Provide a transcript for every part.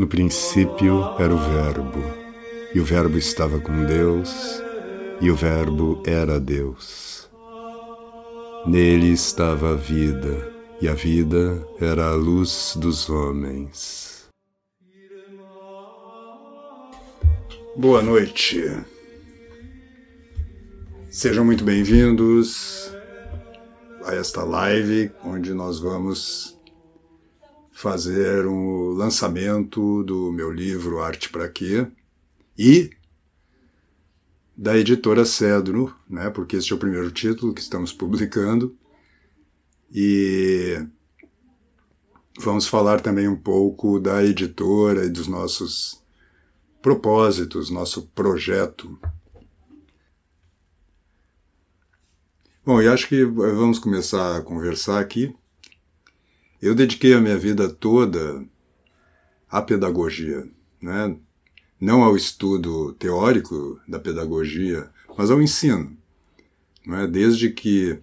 No princípio era o Verbo, e o Verbo estava com Deus, e o Verbo era Deus. Nele estava a vida, e a vida era a luz dos homens. Boa noite. Sejam muito bem-vindos a esta live, onde nós vamos fazer um lançamento do meu livro Arte Pra Quê e da editora Cedro, né? Porque este é o primeiro título que estamos publicando, e vamos falar também um pouco da editora e dos nossos propósitos, nosso projeto. Bom, e acho que vamos começar a conversar aqui. Eu dediquei a minha vida toda à pedagogia, né? Não ao estudo teórico da pedagogia, mas ao ensino, né? Desde que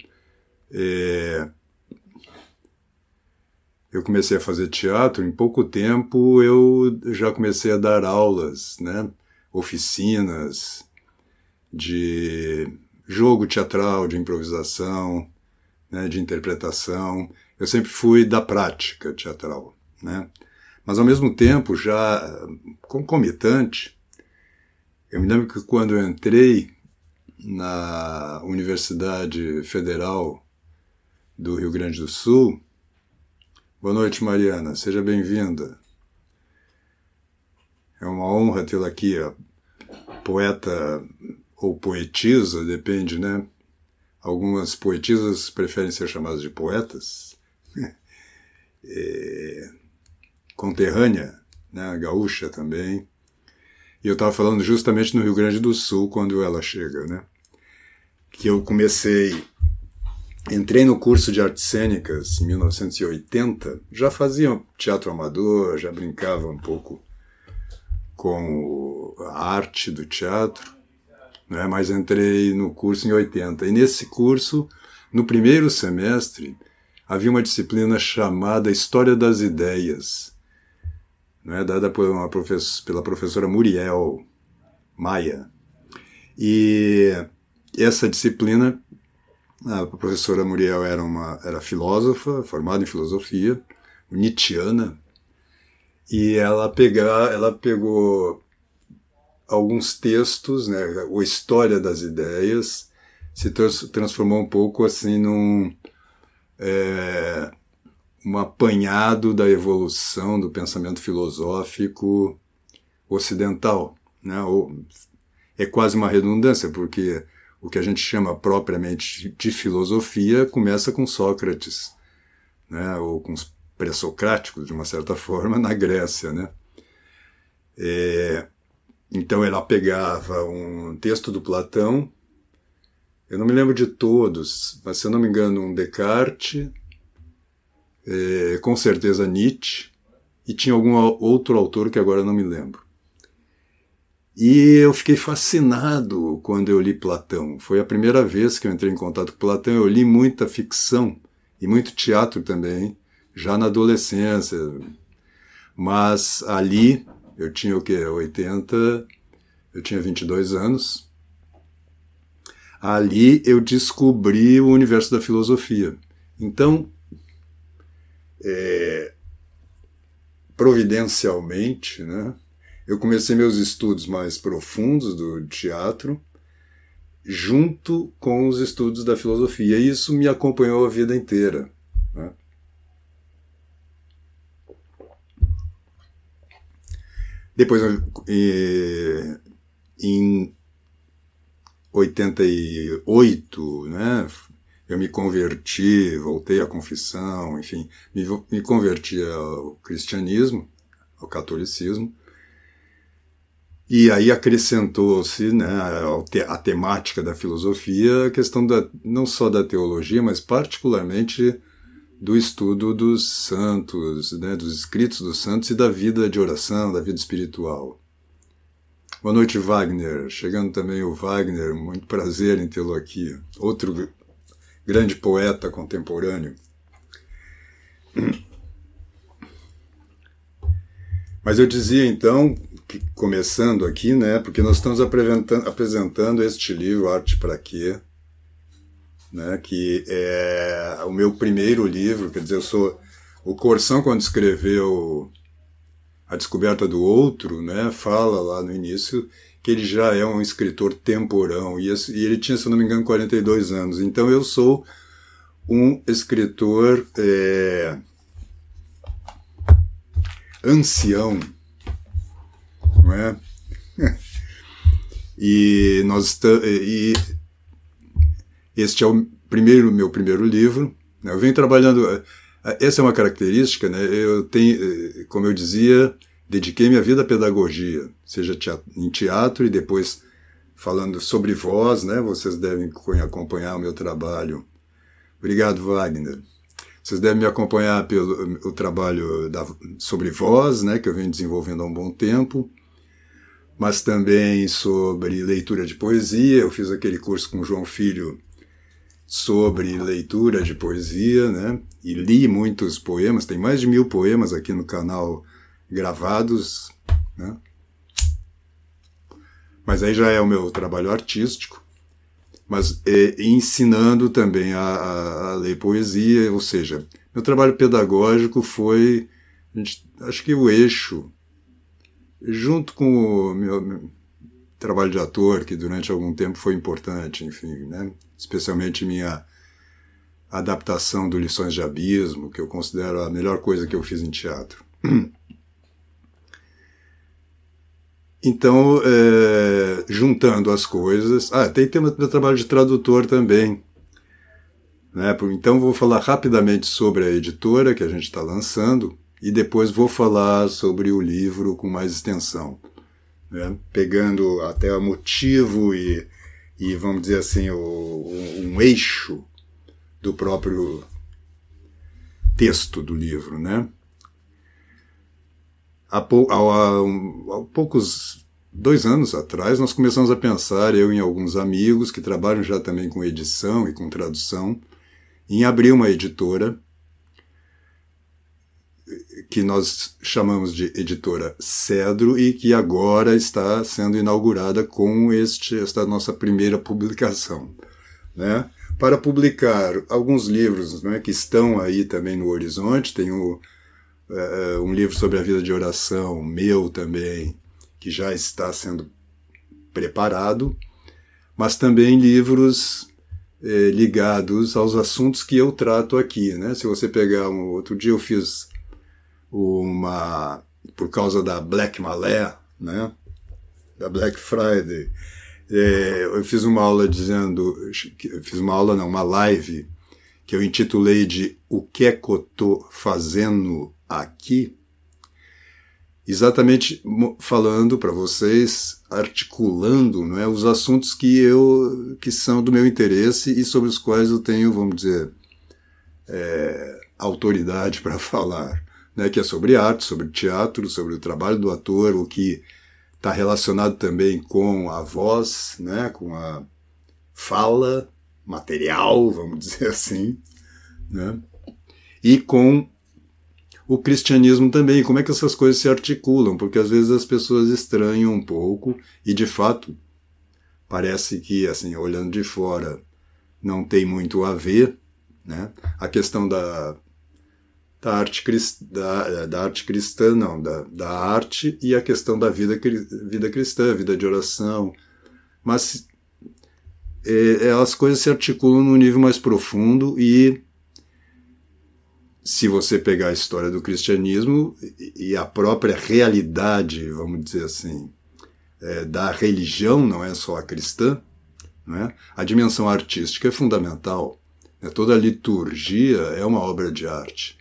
eu comecei a fazer teatro, em pouco tempo eu já comecei a dar aulas, né? Oficinas de jogo teatral, de improvisação, né? De interpretação. Eu sempre fui da prática teatral, né? Mas, ao mesmo tempo, já concomitante, eu me lembro que quando eu entrei na Universidade Federal do Rio Grande do Sul... Boa noite, Mariana, seja bem-vinda. É uma honra tê-la aqui, poeta ou poetisa, depende, né? Algumas poetisas preferem ser chamadas de poetas. Conterrânea, né, gaúcha também. E eu estava falando justamente no Rio Grande do Sul, quando ela chega, né? Que eu entrei no curso de artes cênicas em 1980, já fazia teatro amador, já brincava um pouco com a arte do teatro, né? Mas entrei no curso em 80. E nesse curso, no primeiro semestre, havia uma disciplina chamada História das Ideias, né, dada pela professora Muriel Maia. E essa disciplina, a professora Muriel era filósofa, formada em filosofia, nietzschiana, e ela pegou alguns textos, né, a História das Ideias, se transformou um pouco assim num apanhado da evolução do pensamento filosófico ocidental, né? É quase uma redundância, porque o que a gente chama propriamente de filosofia começa com Sócrates, né? Ou com os pré-socráticos, de uma certa forma, na Grécia, né? Então ela pegava um texto do Platão, eu não me lembro de todos, mas se eu não me engano, um Descartes, com certeza Nietzsche, e tinha algum outro autor que agora não me lembro. E eu fiquei fascinado quando eu li Platão. Foi a primeira vez que eu entrei em contato com Platão. Eu li muita ficção e muito teatro também, já na adolescência. Mas ali, eu tinha o quê? 80, eu tinha 22 anos. Ali eu descobri o universo da filosofia. Então, providencialmente, né, eu comecei meus estudos mais profundos do teatro junto com os estudos da filosofia, e isso me acompanhou a vida inteira, né? Depois, em 88, né, eu me converti, voltei à confissão, enfim, me converti ao cristianismo, ao catolicismo, e aí acrescentou-se, né, a temática da filosofia, a questão não só da teologia, mas particularmente do estudo dos santos, né, dos escritos dos santos e da vida de oração, da vida espiritual. Boa noite, Wagner. Chegando também o Wagner, muito prazer em tê-lo aqui. Outro grande poeta contemporâneo. Mas eu dizia então, que, começando aqui, né, porque nós estamos apresentando este livro, Arte para Quê? Né, que é o meu primeiro livro, quer dizer, eu sou... O Corsão, quando escreveu A Descoberta do Outro, né, fala lá no início que ele já é um escritor temporão, e ele tinha, se eu não me engano, 42 anos. Então eu sou um escritor ancião, não é? E este é o meu primeiro livro. Eu venho trabalhando... Essa é uma característica, né? Eu tenho, como eu dizia, dediquei minha vida à pedagogia, seja em teatro e depois falando sobre voz, né? Vocês devem acompanhar o meu trabalho. Obrigado, Wagner. Vocês devem me acompanhar pelo o trabalho sobre voz, né? Que eu venho desenvolvendo há um bom tempo, mas também sobre leitura de poesia. Eu fiz aquele curso com o João Filho sobre leitura de poesia, né? E li muitos poemas, tem mais de 1000 poemas aqui no canal gravados, né? Mas aí já é o meu trabalho artístico, mas ensinando também a ler poesia, ou seja, meu trabalho pedagógico foi, acho que o eixo, junto com o meu trabalho de ator, que durante algum tempo foi importante, enfim, né? Especialmente minha adaptação do Lições de Abismo, que eu considero a melhor coisa que eu fiz em teatro. Então, juntando as coisas... tem meu trabalho de tradutor também, né? Então vou falar rapidamente sobre a editora que a gente está lançando e depois vou falar sobre o livro com mais extensão, né? Pegando até o motivo e vamos dizer assim, um eixo do próprio texto do livro, né? Há poucos 2 anos atrás, nós começamos a pensar, eu e alguns amigos que trabalham já também com edição e com tradução, em abrir uma editora que nós chamamos de Editora Cedro e que agora está sendo inaugurada com esta nossa primeira publicação, né? Para publicar alguns livros, né, que estão aí também no horizonte. Tem um livro sobre a vida de oração, meu também, que já está sendo preparado, mas também livros ligados aos assuntos que eu trato aqui, né? Se você pegar outro dia eu fiz por causa da Black Malé, né? Da Black Friday, eu fiz uma uma live que eu intitulei de O que é que eu tô fazendo aqui? Exatamente falando para vocês, articulando, não é, os assuntos que são do meu interesse e sobre os quais eu tenho, vamos dizer, autoridade para falar, né, que é sobre arte, sobre teatro, sobre o trabalho do ator, o que está relacionado também com a voz, né, com a fala material, vamos dizer assim, né, e com o cristianismo também, como é que essas coisas se articulam, porque às vezes as pessoas estranham um pouco e, de fato, parece que, assim, olhando de fora, não tem muito a ver, né, a questão da arte cristã, não, da arte e a questão da vida cristã, vida de oração, mas as coisas se articulam num nível mais profundo e se você pegar a história do cristianismo e a própria realidade, vamos dizer assim, da religião, não é só a cristã, né? A dimensão artística é fundamental, né? Toda a liturgia é uma obra de arte.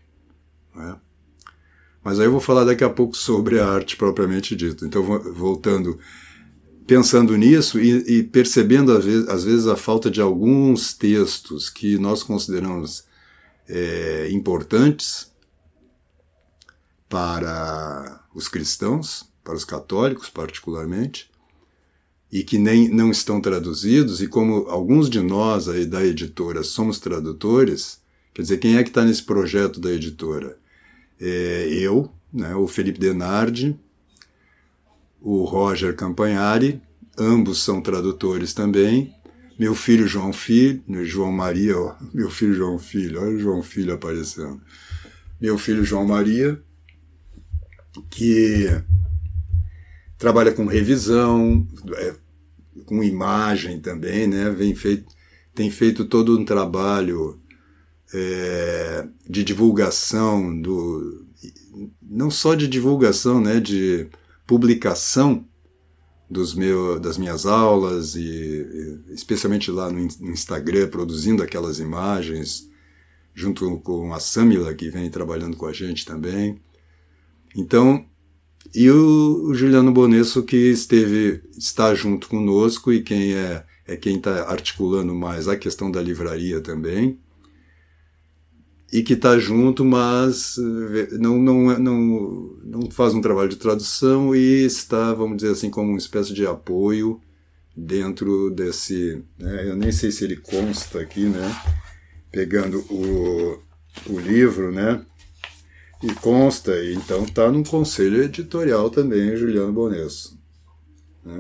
Mas aí eu vou falar daqui a pouco sobre a arte propriamente dita. Então, voltando, pensando nisso e percebendo às vezes a falta de alguns textos que nós consideramos importantes para os cristãos, para os católicos particularmente, e que não estão traduzidos, e como alguns de nós aí da editora somos tradutores, quer dizer, quem é que está nesse projeto da editora? Eu, né, o Felipe Denardi, o Roger Campagnari, ambos são tradutores também, meu filho João Maria, ó, meu filho João Filho, olha o João Filho aparecendo, meu filho João Maria, que trabalha com revisão, com imagem também, né? Tem feito todo um trabalho de divulgação, não só de divulgação, né? De publicação das minhas aulas, e especialmente lá no Instagram, produzindo aquelas imagens, junto com a Samila, que vem trabalhando com a gente também. Então, e o Juliano Bonesso, que está junto conosco, e quem quem está articulando mais a questão da livraria também, e que está junto, mas não faz um trabalho de tradução, e está, vamos dizer assim, como uma espécie de apoio dentro desse, né, eu nem sei se ele consta aqui, né, pegando o livro, né, e consta, então está no conselho editorial também, Juliano Bonesso, né?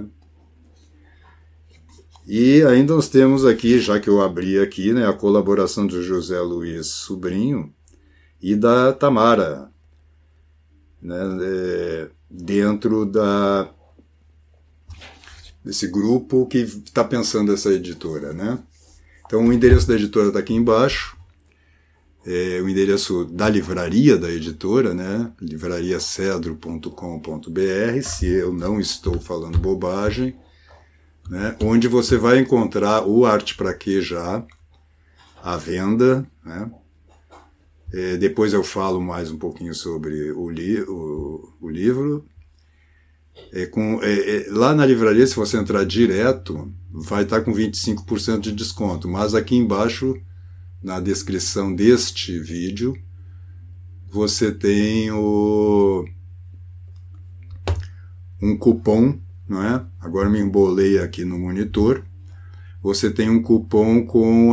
E ainda nós temos aqui, já que eu abri aqui, né, a colaboração do José Luiz Sobrinho e da Tamara, né, dentro desse grupo que está pensando essa editora, né? Então o endereço da editora está aqui embaixo, o endereço da livraria da editora, né, livrariacedro.com.br, se eu não estou falando bobagem, né, onde você vai encontrar o Arte Pra Quê já à venda, né? Depois eu falo mais um pouquinho sobre o livro. Lá na livraria, se você entrar direto, vai estar com 25% de desconto, mas aqui embaixo, na descrição deste vídeo, você tem um cupom, não é? Agora me embolei aqui no monitor. Você tem um cupom com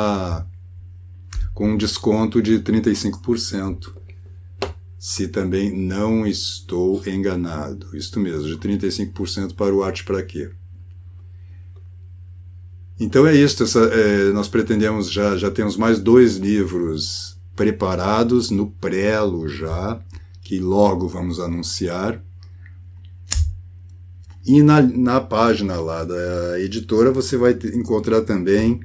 um desconto de 35%. Se também não estou enganado. Isto mesmo, de 35% para o Arte Pra Quê. Então é isso. Nós pretendemos, já temos mais 2 livros preparados no prelo já, que logo vamos anunciar. E na página lá da editora você vai encontrar também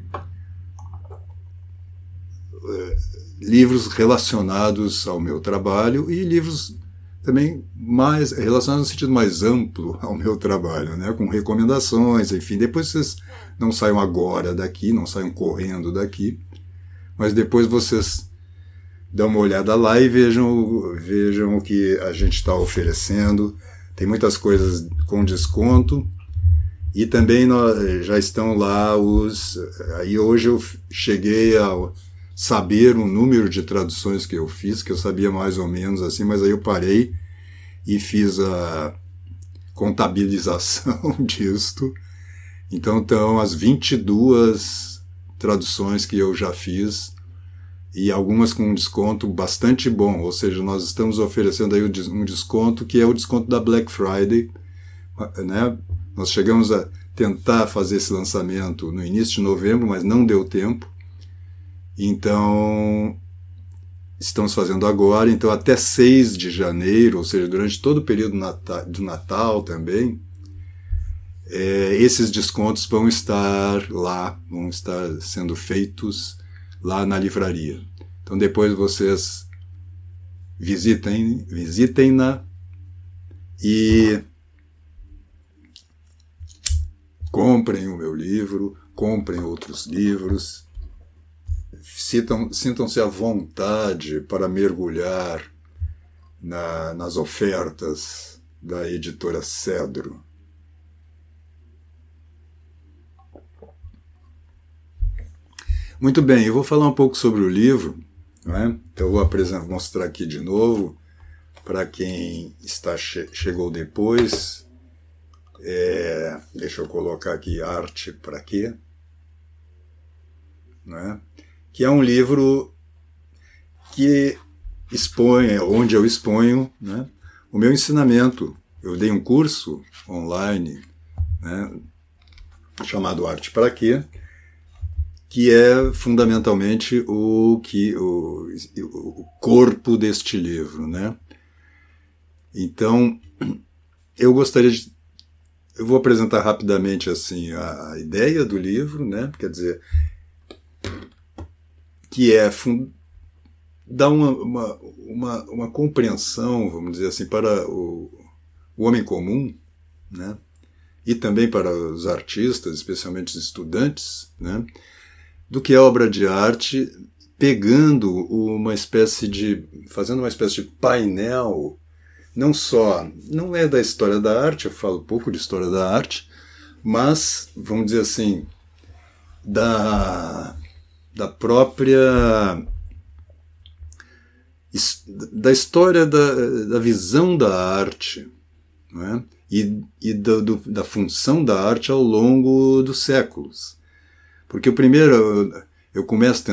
livros relacionados ao meu trabalho e livros também mais relacionados no sentido mais amplo ao meu trabalho, né? Com recomendações, enfim. Depois vocês não saiam agora daqui, não saiam correndo daqui, mas depois vocês dão uma olhada lá e vejam o que a gente está oferecendo. Tem muitas coisas com desconto e também já estão lá Aí hoje eu cheguei a saber o número de traduções que eu fiz, que eu sabia mais ou menos assim, mas aí eu parei e fiz a contabilização disto. Então estão as 22 traduções que eu já fiz, e algumas com um desconto bastante bom, ou seja, nós estamos oferecendo aí um desconto que é o desconto da Black Friday, né? Nós chegamos a tentar fazer esse lançamento no início de novembro, mas não deu tempo, então estamos fazendo agora. Então até 6 de janeiro, ou seja, durante todo o período do Natal também, esses descontos vão estar lá, vão estar sendo feitos lá na livraria. Então depois vocês visitem-na e comprem o meu livro, comprem outros livros, sintam-se à vontade para mergulhar nas ofertas da editora Cedro. Muito bem, eu vou falar um pouco sobre o livro, né? Então eu vou mostrar aqui de novo, para quem chegou depois. Deixa eu colocar aqui Arte Pra Quê, né? Que é um livro que onde eu exponho, né, o meu ensinamento. Eu dei um curso online, né, chamado Arte para Quê?, que é fundamentalmente o corpo deste livro, né? Então, eu vou apresentar rapidamente assim a ideia do livro, né? Quer dizer, que é dar uma compreensão, vamos dizer assim, para o homem comum, né? E também para os artistas, especialmente os estudantes, né? Do que é obra de arte, fazendo uma espécie de painel, não é da história da arte, eu falo pouco de história da arte, mas, vamos dizer assim, da própria, da história da visão da arte, não é? E da função da arte ao longo dos séculos. Porque eu começo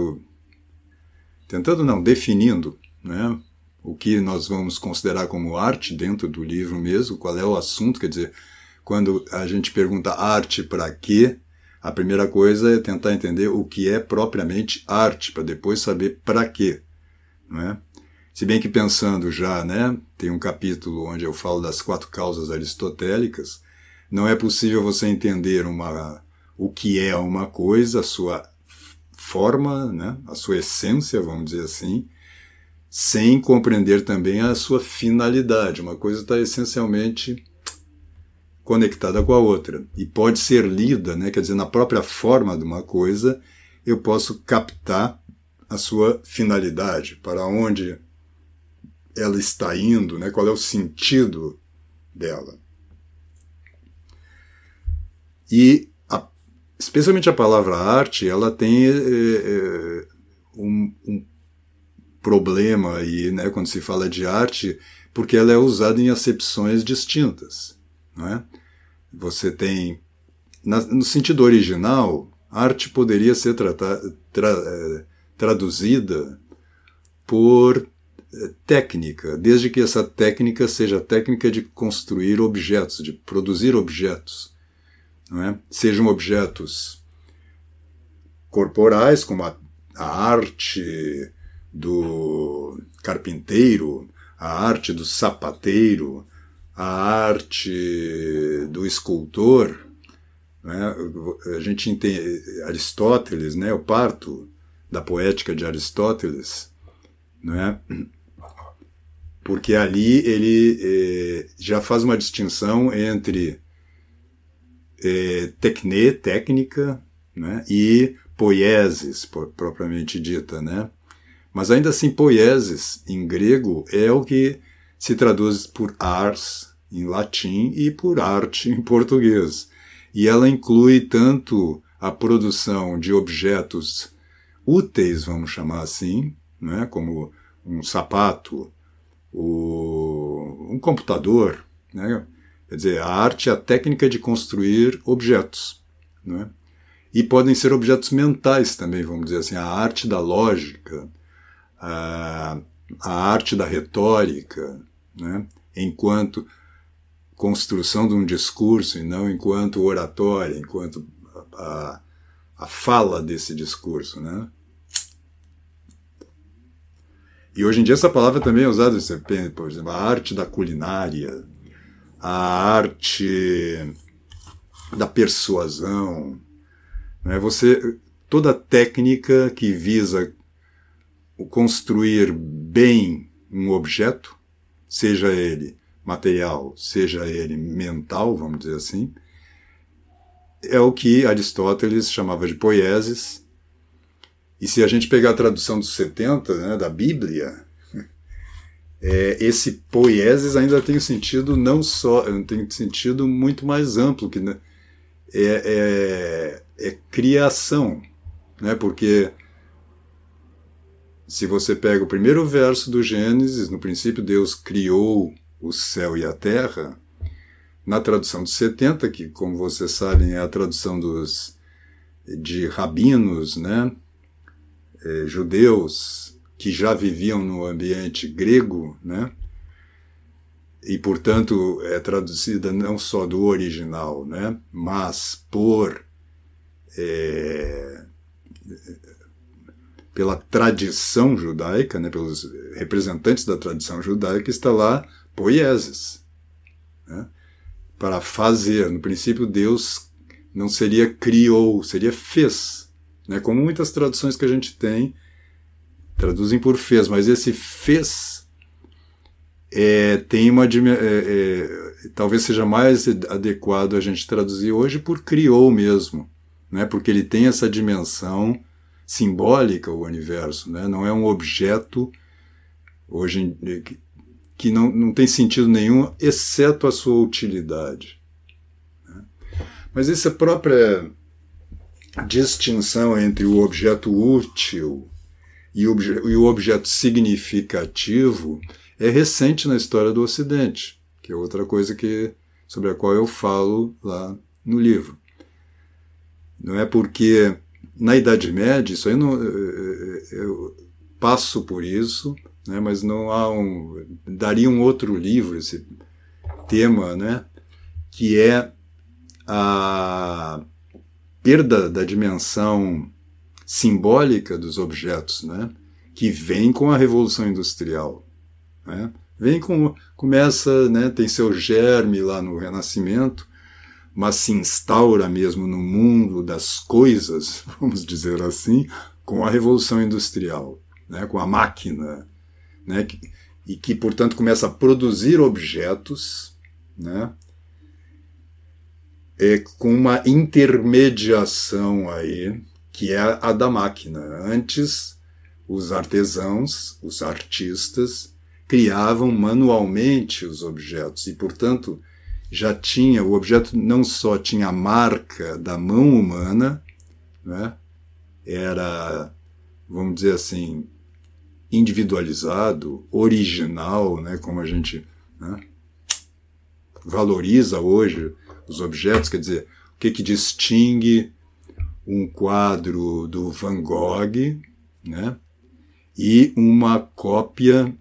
definindo, né, o que nós vamos considerar como arte dentro do livro mesmo, qual é o assunto, quer dizer, quando a gente pergunta arte para quê, a primeira coisa é tentar entender o que é propriamente arte, para depois saber para quê, não é? Se bem que pensando já, né, tem um capítulo onde eu falo das 4 causas aristotélicas, não é possível você entender o que é uma coisa, a sua forma, né, a sua essência, vamos dizer assim, sem compreender também a sua finalidade. Uma coisa está essencialmente conectada com a outra e pode ser lida, né, quer dizer, na própria forma de uma coisa, eu posso captar a sua finalidade, para onde ela está indo, né, qual é o sentido dela. E especialmente a palavra arte, ela tem um problema aí, né, quando se fala de arte, porque ela é usada em acepções distintas, não é? Você tem, no sentido original, arte poderia ser traduzida por técnica, desde que essa técnica seja a técnica de construir objetos, de produzir objetos. Não é? Sejam objetos corporais, como a arte do carpinteiro, a arte do sapateiro, a arte do escultor. Né? A gente entende Aristóteles, né? Eu parto da poética de Aristóteles, né? Porque ali ele já faz uma distinção entre técnica, né, e poiesis, propriamente dita, né? Mas ainda assim, poiesis, em grego, é o que se traduz por ars, em latim, e por arte, em português. E ela inclui tanto a produção de objetos úteis, vamos chamar assim, né, como um sapato, um computador, né? Quer dizer, a arte é a técnica de construir objetos, né? E podem ser objetos mentais também, vamos dizer assim, a arte da lógica, a arte da retórica, né? Enquanto construção de um discurso e não enquanto oratória, enquanto a fala desse discurso, né? E hoje em dia essa palavra também é usada, por exemplo, a arte da culinária, a arte da persuasão, né? Toda técnica que visa construir bem um objeto, seja ele material, seja ele mental, vamos dizer assim, é o que Aristóteles chamava de poiesis. E se a gente pegar a tradução dos 70, né, da Bíblia, esse poiesis ainda tem um sentido tem um sentido muito mais amplo, que é criação, né? Porque se você pega o primeiro verso do Gênesis, no princípio Deus criou o céu e a terra, na tradução dos 70, que, como vocês sabem, é a tradução de rabinos, né, judeus, que já viviam no ambiente grego, né? E, portanto, é traduzida não só do original, né? Mas pela tradição judaica, né? Pelos representantes da tradição judaica, está lá poieses, né? Para fazer. No princípio, Deus não seria criou, seria fez, né? Como muitas traduções que a gente tem traduzem por fez, mas esse fez tem uma talvez seja mais adequado a gente traduzir hoje por criou mesmo, né? Porque ele tem essa dimensão simbólica, o universo, né? Não é um objeto hoje que não tem sentido nenhum, exceto a sua utilidade, né? Mas essa própria distinção entre o objeto útil e o objeto significativo é recente na história do Ocidente, que é outra coisa sobre a qual eu falo lá no livro. Não é porque na Idade Média, isso aí eu passo por isso, né, mas não há daria um outro livro esse tema, né, que é a perda da dimensão simbólica dos objetos, né, que vem com a Revolução Industrial, né, começa, né, tem seu germe lá no Renascimento, mas se instaura mesmo no mundo das coisas, vamos dizer assim, com a Revolução Industrial, né, com a máquina, né, e que, portanto, começa a produzir objetos, né, com uma intermediação aí, que é a da máquina. Antes, os artesãos, os artistas, criavam manualmente os objetos e, portanto, o objeto não só tinha a marca da mão humana, né, era, vamos dizer assim, individualizado, original, né, como a gente, né, valoriza hoje os objetos, quer dizer, o que distingue um quadro do Van Gogh, né, e uma cópia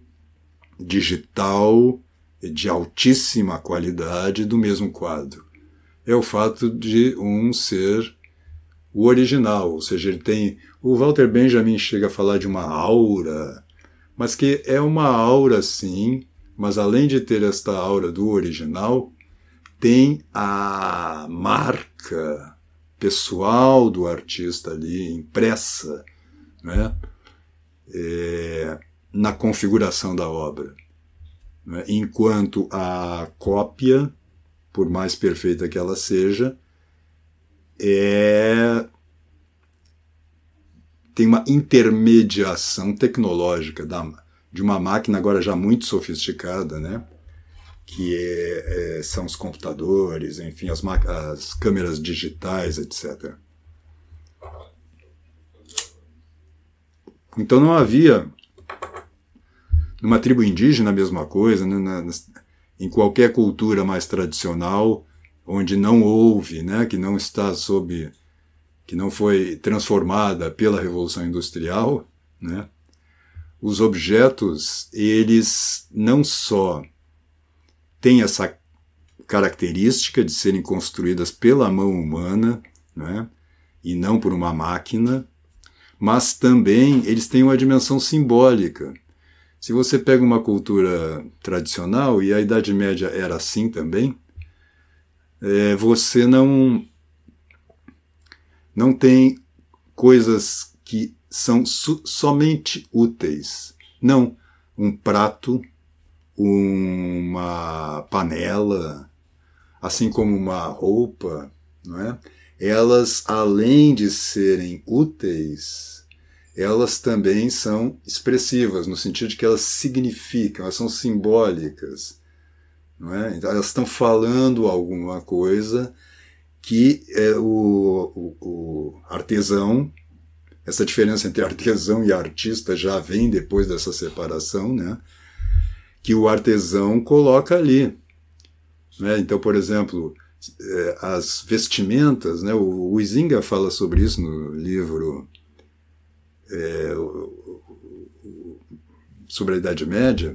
digital de altíssima qualidade do mesmo quadro? É o fato de um ser o original, ou seja, ele tem... O Walter Benjamin chega a falar de uma aura, mas que é uma aura sim, mas além de ter esta aura do original, tem a marca pessoal do artista ali impressa, né, na configuração da obra, né, enquanto a cópia, por mais perfeita que ela seja, tem uma intermediação tecnológica de uma máquina agora já muito sofisticada, né, que são os computadores, enfim, as câmeras digitais, etc. Então não havia, numa tribo indígena, a mesma coisa, né, em qualquer cultura mais tradicional, onde não houve, né, que não está que não foi transformada pela Revolução Industrial, né, os objetos, eles não só têm essa característica de serem construídas pela mão humana, né, e não por uma máquina, mas também eles têm uma dimensão simbólica. Se você pega uma cultura tradicional, e a Idade Média era assim também, você não tem coisas que são somente úteis. Não um prato, uma panela, assim como uma roupa, não é? Elas, além de serem úteis, elas também são expressivas, no sentido de que elas significam, elas são simbólicas, não é? Então, elas estão falando alguma coisa que o artesão, essa diferença entre artesão e artista já vem depois dessa separação, né? Que o artesão coloca ali, né? Então, por exemplo, as vestimentas, né? O Huizinga fala sobre isso no livro sobre a Idade Média,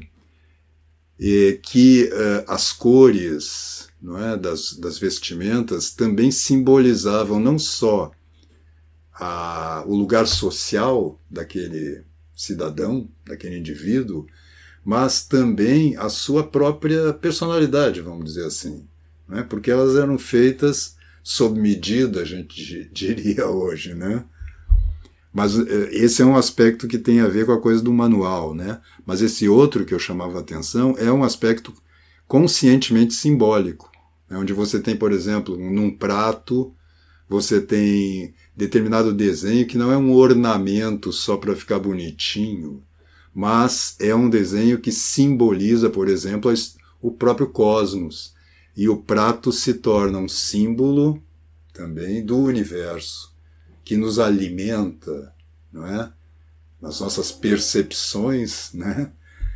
que as cores, não é, das vestimentas também simbolizavam não só o lugar social daquele cidadão, daquele indivíduo, mas também a sua própria personalidade, vamos dizer assim, né? Porque elas eram feitas sob medida, a gente diria hoje, né? Mas esse é um aspecto que tem a ver com a coisa do manual, né? Mas esse outro que eu chamava a atenção é um aspecto conscientemente simbólico, né? Onde você tem, por exemplo, num prato, você tem determinado desenho que não é um ornamento só para ficar bonitinho, mas é um desenho que simboliza, por exemplo, o próprio cosmos. E o prato se torna um símbolo também do universo, que nos alimenta, não é? Nas nossas percepções, né?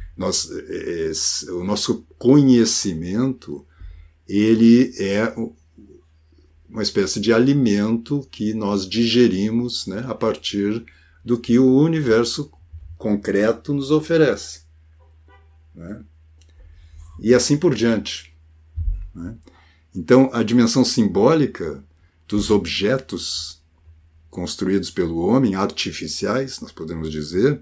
O nosso conhecimento, ele é uma espécie de alimento que nós digerimos, né, a partir do que o universo concreto nos oferece, né? E assim por diante, né? Então, a dimensão simbólica dos objetos construídos pelo homem, artificiais, nós podemos dizer,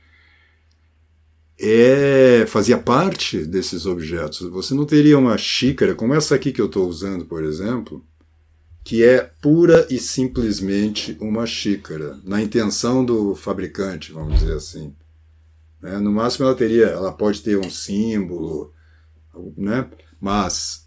fazia parte desses objetos. Você não teria uma xícara como essa aqui que eu estou usando, por exemplo, que é pura e simplesmente uma xícara, na intenção do fabricante, vamos dizer assim, né? No máximo ela pode ter um símbolo, né? Mas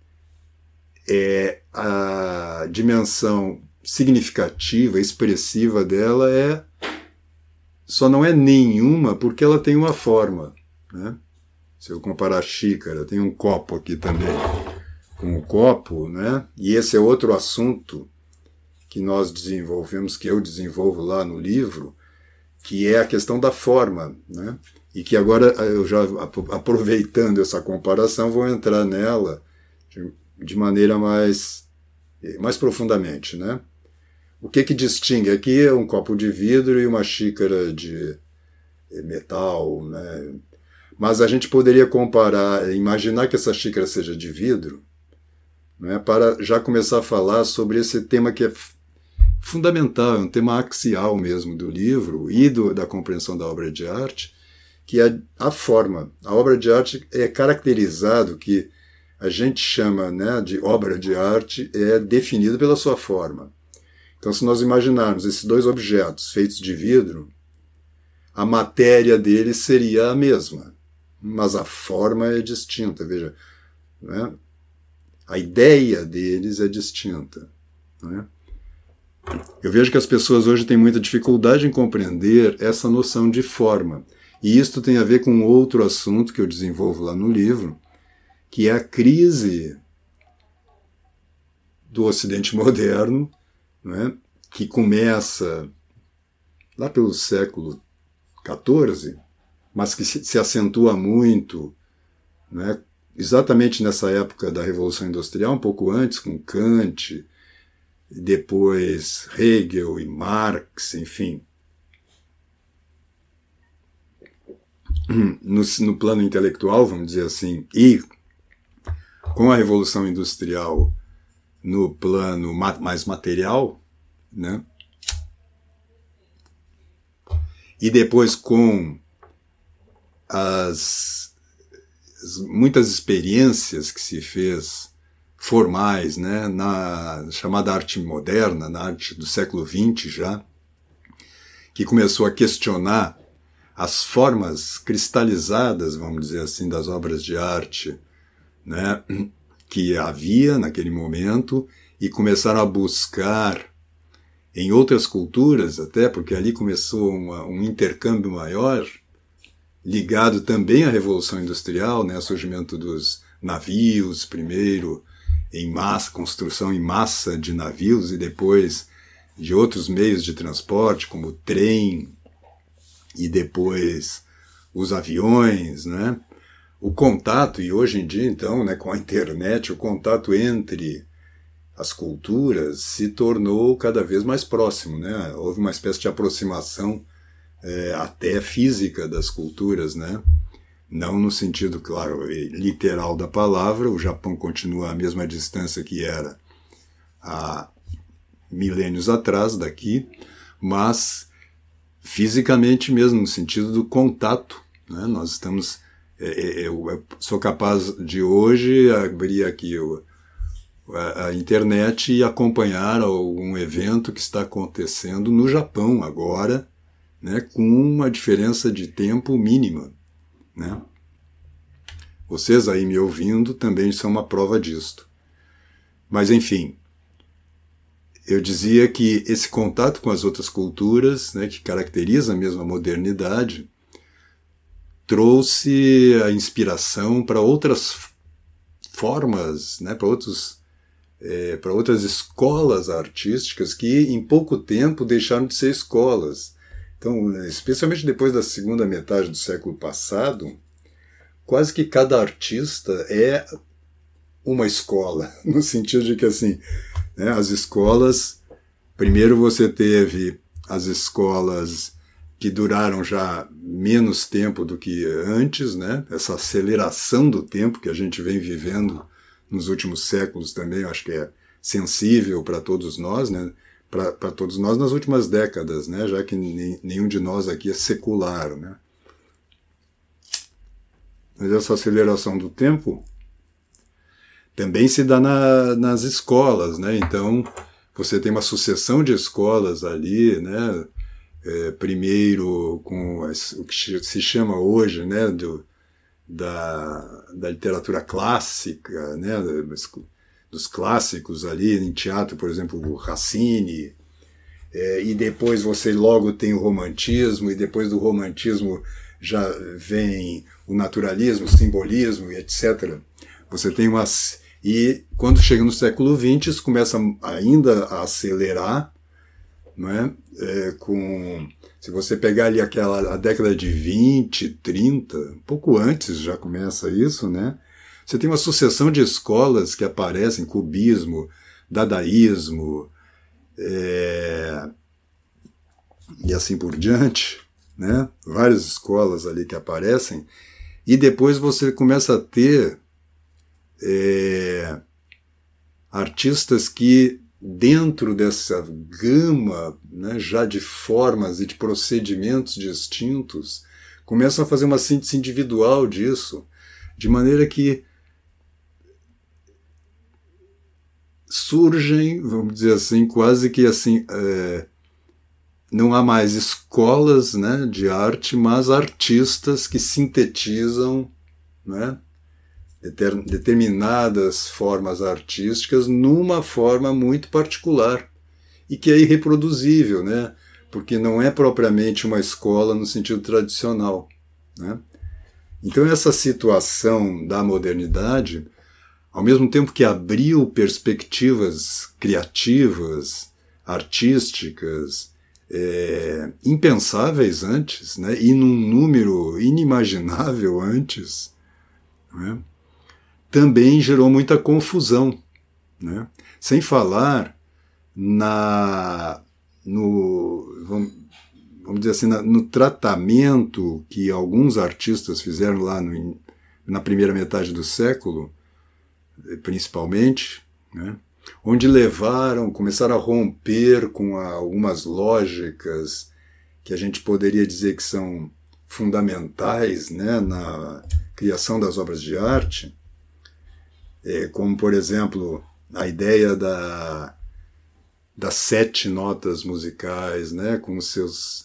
a dimensão significativa, expressiva dela só não é nenhuma porque ela tem uma forma, né? Se eu comparar a xícara, tem um copo aqui também com o copo, né? E esse é outro assunto que nós desenvolvemos, que eu desenvolvo lá no livro, que é a questão da forma, né? E que agora eu já, aproveitando essa comparação, vou entrar nela de maneira mais profundamente, né? O que distingue? Aqui é um copo de vidro e uma xícara de metal, né? Mas a gente poderia comparar, imaginar que essa xícara seja de vidro, né, para já começar a falar sobre esse tema que é fundamental, é um tema axial mesmo do livro e da compreensão da obra de arte, que é a forma. A obra de arte é caracterizado, que a gente chama, né, de obra de arte, é definida pela sua forma. Então, se nós imaginarmos esses dois objetos feitos de vidro, a matéria deles seria a mesma, mas a forma é distinta, veja, né? A ideia deles é distinta, né? Eu vejo que as pessoas hoje têm muita dificuldade em compreender essa noção de forma. E isto tem a ver com outro assunto que eu desenvolvo lá no livro, que é a crise do Ocidente moderno, né, que começa lá pelo século XIV, mas que se acentua muito, né, exatamente nessa época da Revolução Industrial, um pouco antes, com Kant, depois Hegel e Marx, enfim. No plano intelectual, vamos dizer assim, e com a Revolução Industrial no plano mais material, né? E depois com muitas experiências que se fez formais, né, na chamada arte moderna, na arte do século XX já, que começou a questionar as formas cristalizadas, vamos dizer assim, das obras de arte, né, que havia naquele momento, e começaram a buscar em outras culturas, até porque ali começou um intercâmbio maior, ligado também à Revolução Industrial, né, ao surgimento dos navios, primeiro em massa, construção em massa de navios, e depois de outros meios de transporte, como o trem, e depois os aviões, né? O contato, e hoje em dia, então, né, com a internet, o contato entre as culturas se tornou cada vez mais próximo, né? Houve uma espécie de aproximação até física das culturas, né? Não no sentido, claro, literal da palavra. O Japão continua à mesma distância que era há milênios atrás daqui, mas fisicamente mesmo, no sentido do contato, né? Nós estamos... eu sou capaz de hoje abrir aqui a internet e acompanhar algum evento que está acontecendo no Japão agora, né? Com uma diferença de tempo mínima, né? Vocês aí me ouvindo também são uma prova disto. Mas, enfim, eu dizia que esse contato com as outras culturas, né, que caracteriza mesmo a modernidade, trouxe a inspiração para outras formas, né, para outras escolas artísticas que em pouco tempo deixaram de ser escolas. Então, especialmente depois da segunda metade do século passado, quase que cada artista é uma escola, no sentido de que, assim, né, as escolas, primeiro você teve as escolas que duraram já menos tempo do que antes, né, essa aceleração do tempo que a gente vem vivendo nos últimos séculos também, eu acho que é sensível para todos nós, né, para todos nós nas últimas décadas, né, já que nenhum de nós aqui é secular, né. Mas essa aceleração do tempo também se dá nas escolas, né? Então, você tem uma sucessão de escolas ali, né? Primeiro com o que se chama hoje, né? Da literatura clássica, né? Dos clássicos ali, em teatro, por exemplo, o Racine, e depois você logo tem o romantismo, e depois do romantismo já vem o naturalismo, o simbolismo, e etc. Você tem umas... E quando chega no século XX, isso começa ainda a acelerar, não é? Se você pegar ali a década de 20, 30, um pouco antes já começa isso, né? Você tem uma sucessão de escolas que aparecem, cubismo, dadaísmo, e assim por diante, né? Várias escolas ali que aparecem, e depois você começa a ter artistas que, dentro dessa gama, né, já de formas e de procedimentos distintos, começam a fazer uma síntese individual disso, de maneira que surgem, vamos dizer assim, quase que assim, não há mais escolas, né, de arte, mas artistas que sintetizam, né, determinadas formas artísticas numa forma muito particular e que é irreproduzível, né, porque não é propriamente uma escola no sentido tradicional, né. Então essa situação da modernidade, ao mesmo tempo que abriu perspectivas criativas, artísticas, impensáveis antes, né, e num número inimaginável antes, né, também gerou muita confusão, né, sem falar vamos dizer assim, no tratamento que alguns artistas fizeram lá na primeira metade do século, principalmente, né, onde começaram a romper com algumas lógicas que a gente poderia dizer que são fundamentais, né, na criação das obras de arte, como, por exemplo, a ideia das 7 notas musicais, né, com os seus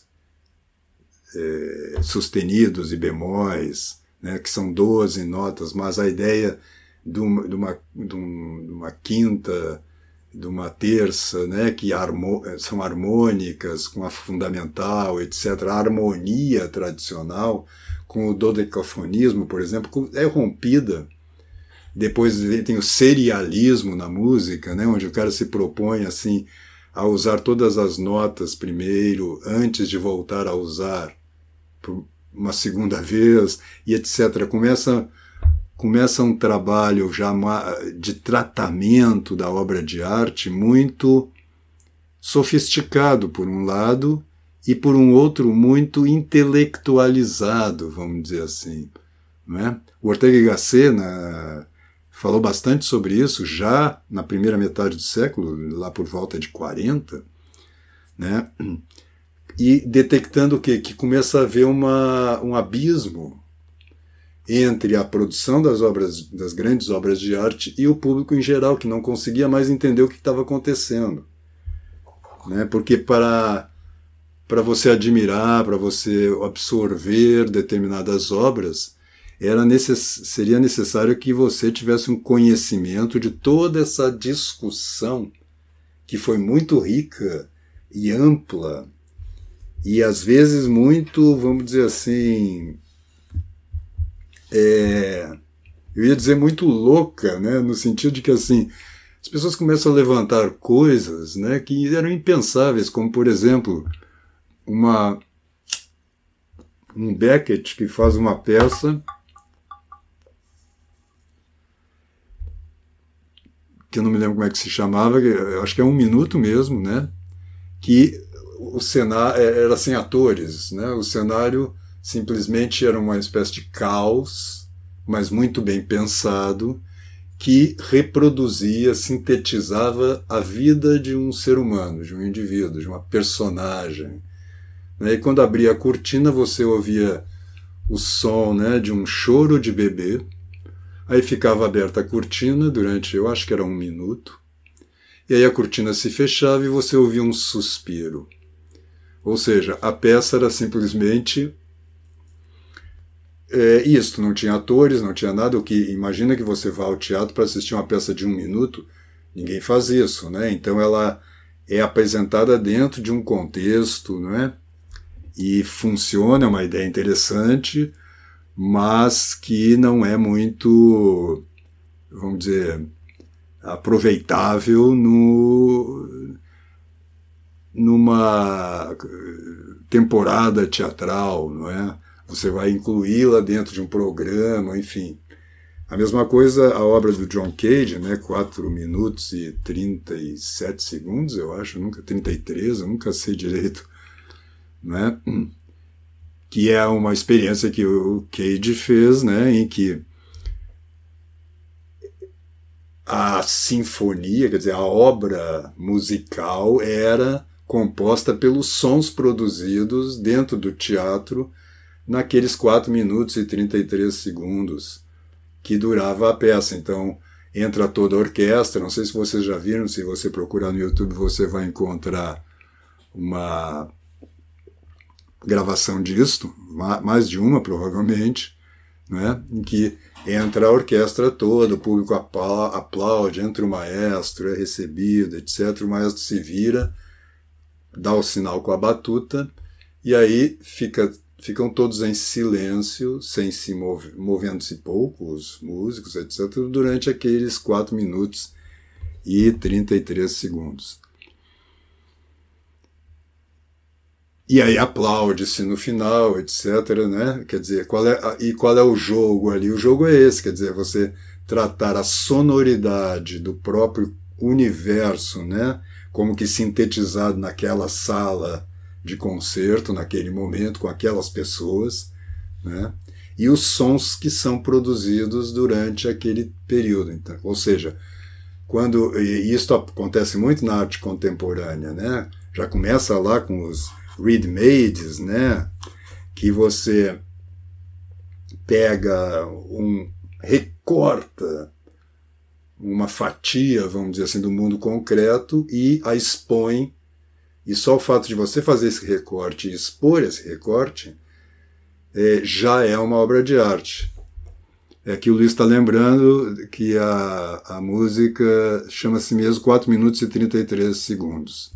sustenidos e bemóis, né, que são 12 notas, mas a ideia de uma quinta, de uma terça, né, que são harmônicas, com a fundamental, etc. A harmonia tradicional, com o dodecafonismo, por exemplo, é rompida. Depois tem o serialismo na música, né, onde o cara se propõe assim, a usar todas as notas primeiro, antes de voltar a usar por uma segunda vez, e etc. Começa um trabalho já de tratamento da obra de arte muito sofisticado, por um lado, e por um outro muito intelectualizado, vamos dizer assim. Não é? O Ortega y Gasset falou bastante sobre isso já na primeira metade do século, lá por volta de 40, né? E detectando o quê? Que começa a haver um abismo entre a produção das grandes obras de arte e o público em geral, que não conseguia mais entender o que estava acontecendo. Né? Porque para você admirar, para você absorver determinadas obras, seria necessário que você tivesse um conhecimento de toda essa discussão que foi muito rica e ampla e às vezes muito, vamos dizer assim, eu ia dizer muito louca, né? No sentido de que assim, as pessoas começam a levantar coisas, né, que eram impensáveis, como por exemplo um Beckett que faz uma peça que eu não me lembro como é que se chamava, eu acho que é 1 minuto mesmo, né? Que o cenário era sem atores, né? O cenário simplesmente era uma espécie de caos, mas muito bem pensado, que reproduzia, sintetizava a vida de um ser humano, de um indivíduo, de uma personagem. E quando abria a cortina, você ouvia o som, né, de um choro de bebê. Aí ficava aberta a cortina durante, eu acho que era 1 minuto, e aí a cortina se fechava e você ouvia um suspiro. Ou seja, a peça era simplesmente isso, não tinha atores, não tinha nada. Imagina que você vá ao teatro para assistir uma peça de 1 minuto, ninguém faz isso, né? Então ela é apresentada dentro de um contexto, não é? E funciona, é uma ideia interessante, mas que não é muito, vamos dizer, aproveitável numa temporada teatral, não é? Você vai incluí-la dentro de um programa, enfim. A mesma coisa a obra do John Cage, né? 4 minutos e 37 segundos, eu acho, 33, eu nunca sei direito, né? Que é uma experiência que o Cage fez, né, em que a sinfonia, quer dizer, a obra musical era composta pelos sons produzidos dentro do teatro naqueles 4 minutos e 33 segundos que durava a peça. Então, entra toda a orquestra, não sei se vocês já viram, se você procurar no YouTube você vai encontrar uma gravação disto, mais de uma provavelmente, né, em que entra a orquestra toda, o público aplaude, entra o maestro, é recebido, etc. O maestro se vira, dá o sinal com a batuta, e aí ficam todos em silêncio, sem se movendo-se pouco, os músicos, etc., durante aqueles 4 minutos e 33 segundos. E aí aplaude-se no final, etc., né? Quer dizer, qual é o jogo ali? O jogo é esse, quer dizer, você tratar a sonoridade do próprio universo, né? Como que sintetizado naquela sala de concerto, naquele momento, com aquelas pessoas, né? E os sons que são produzidos durante aquele período. Então, ou seja, e isso acontece muito na arte contemporânea, né? Já começa lá com os read-mades, né? Que você recorta uma fatia, vamos dizer assim, do mundo concreto e a expõe, e só o fato de você fazer esse recorte e expor esse recorte já é uma obra de arte. É que o Luiz está lembrando que a música chama-se mesmo 4 minutos e 33 segundos.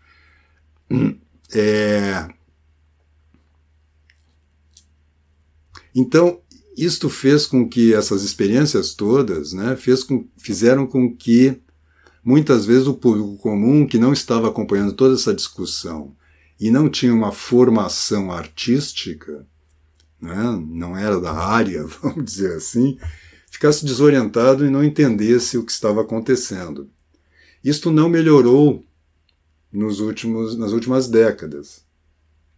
Então, isto fez com que essas experiências todas, né, fizeram com que muitas vezes o público comum, que não estava acompanhando toda essa discussão e não tinha uma formação artística, né, não era da área, vamos dizer assim, ficasse desorientado e não entendesse o que estava acontecendo. Isto não melhorou nas últimas décadas.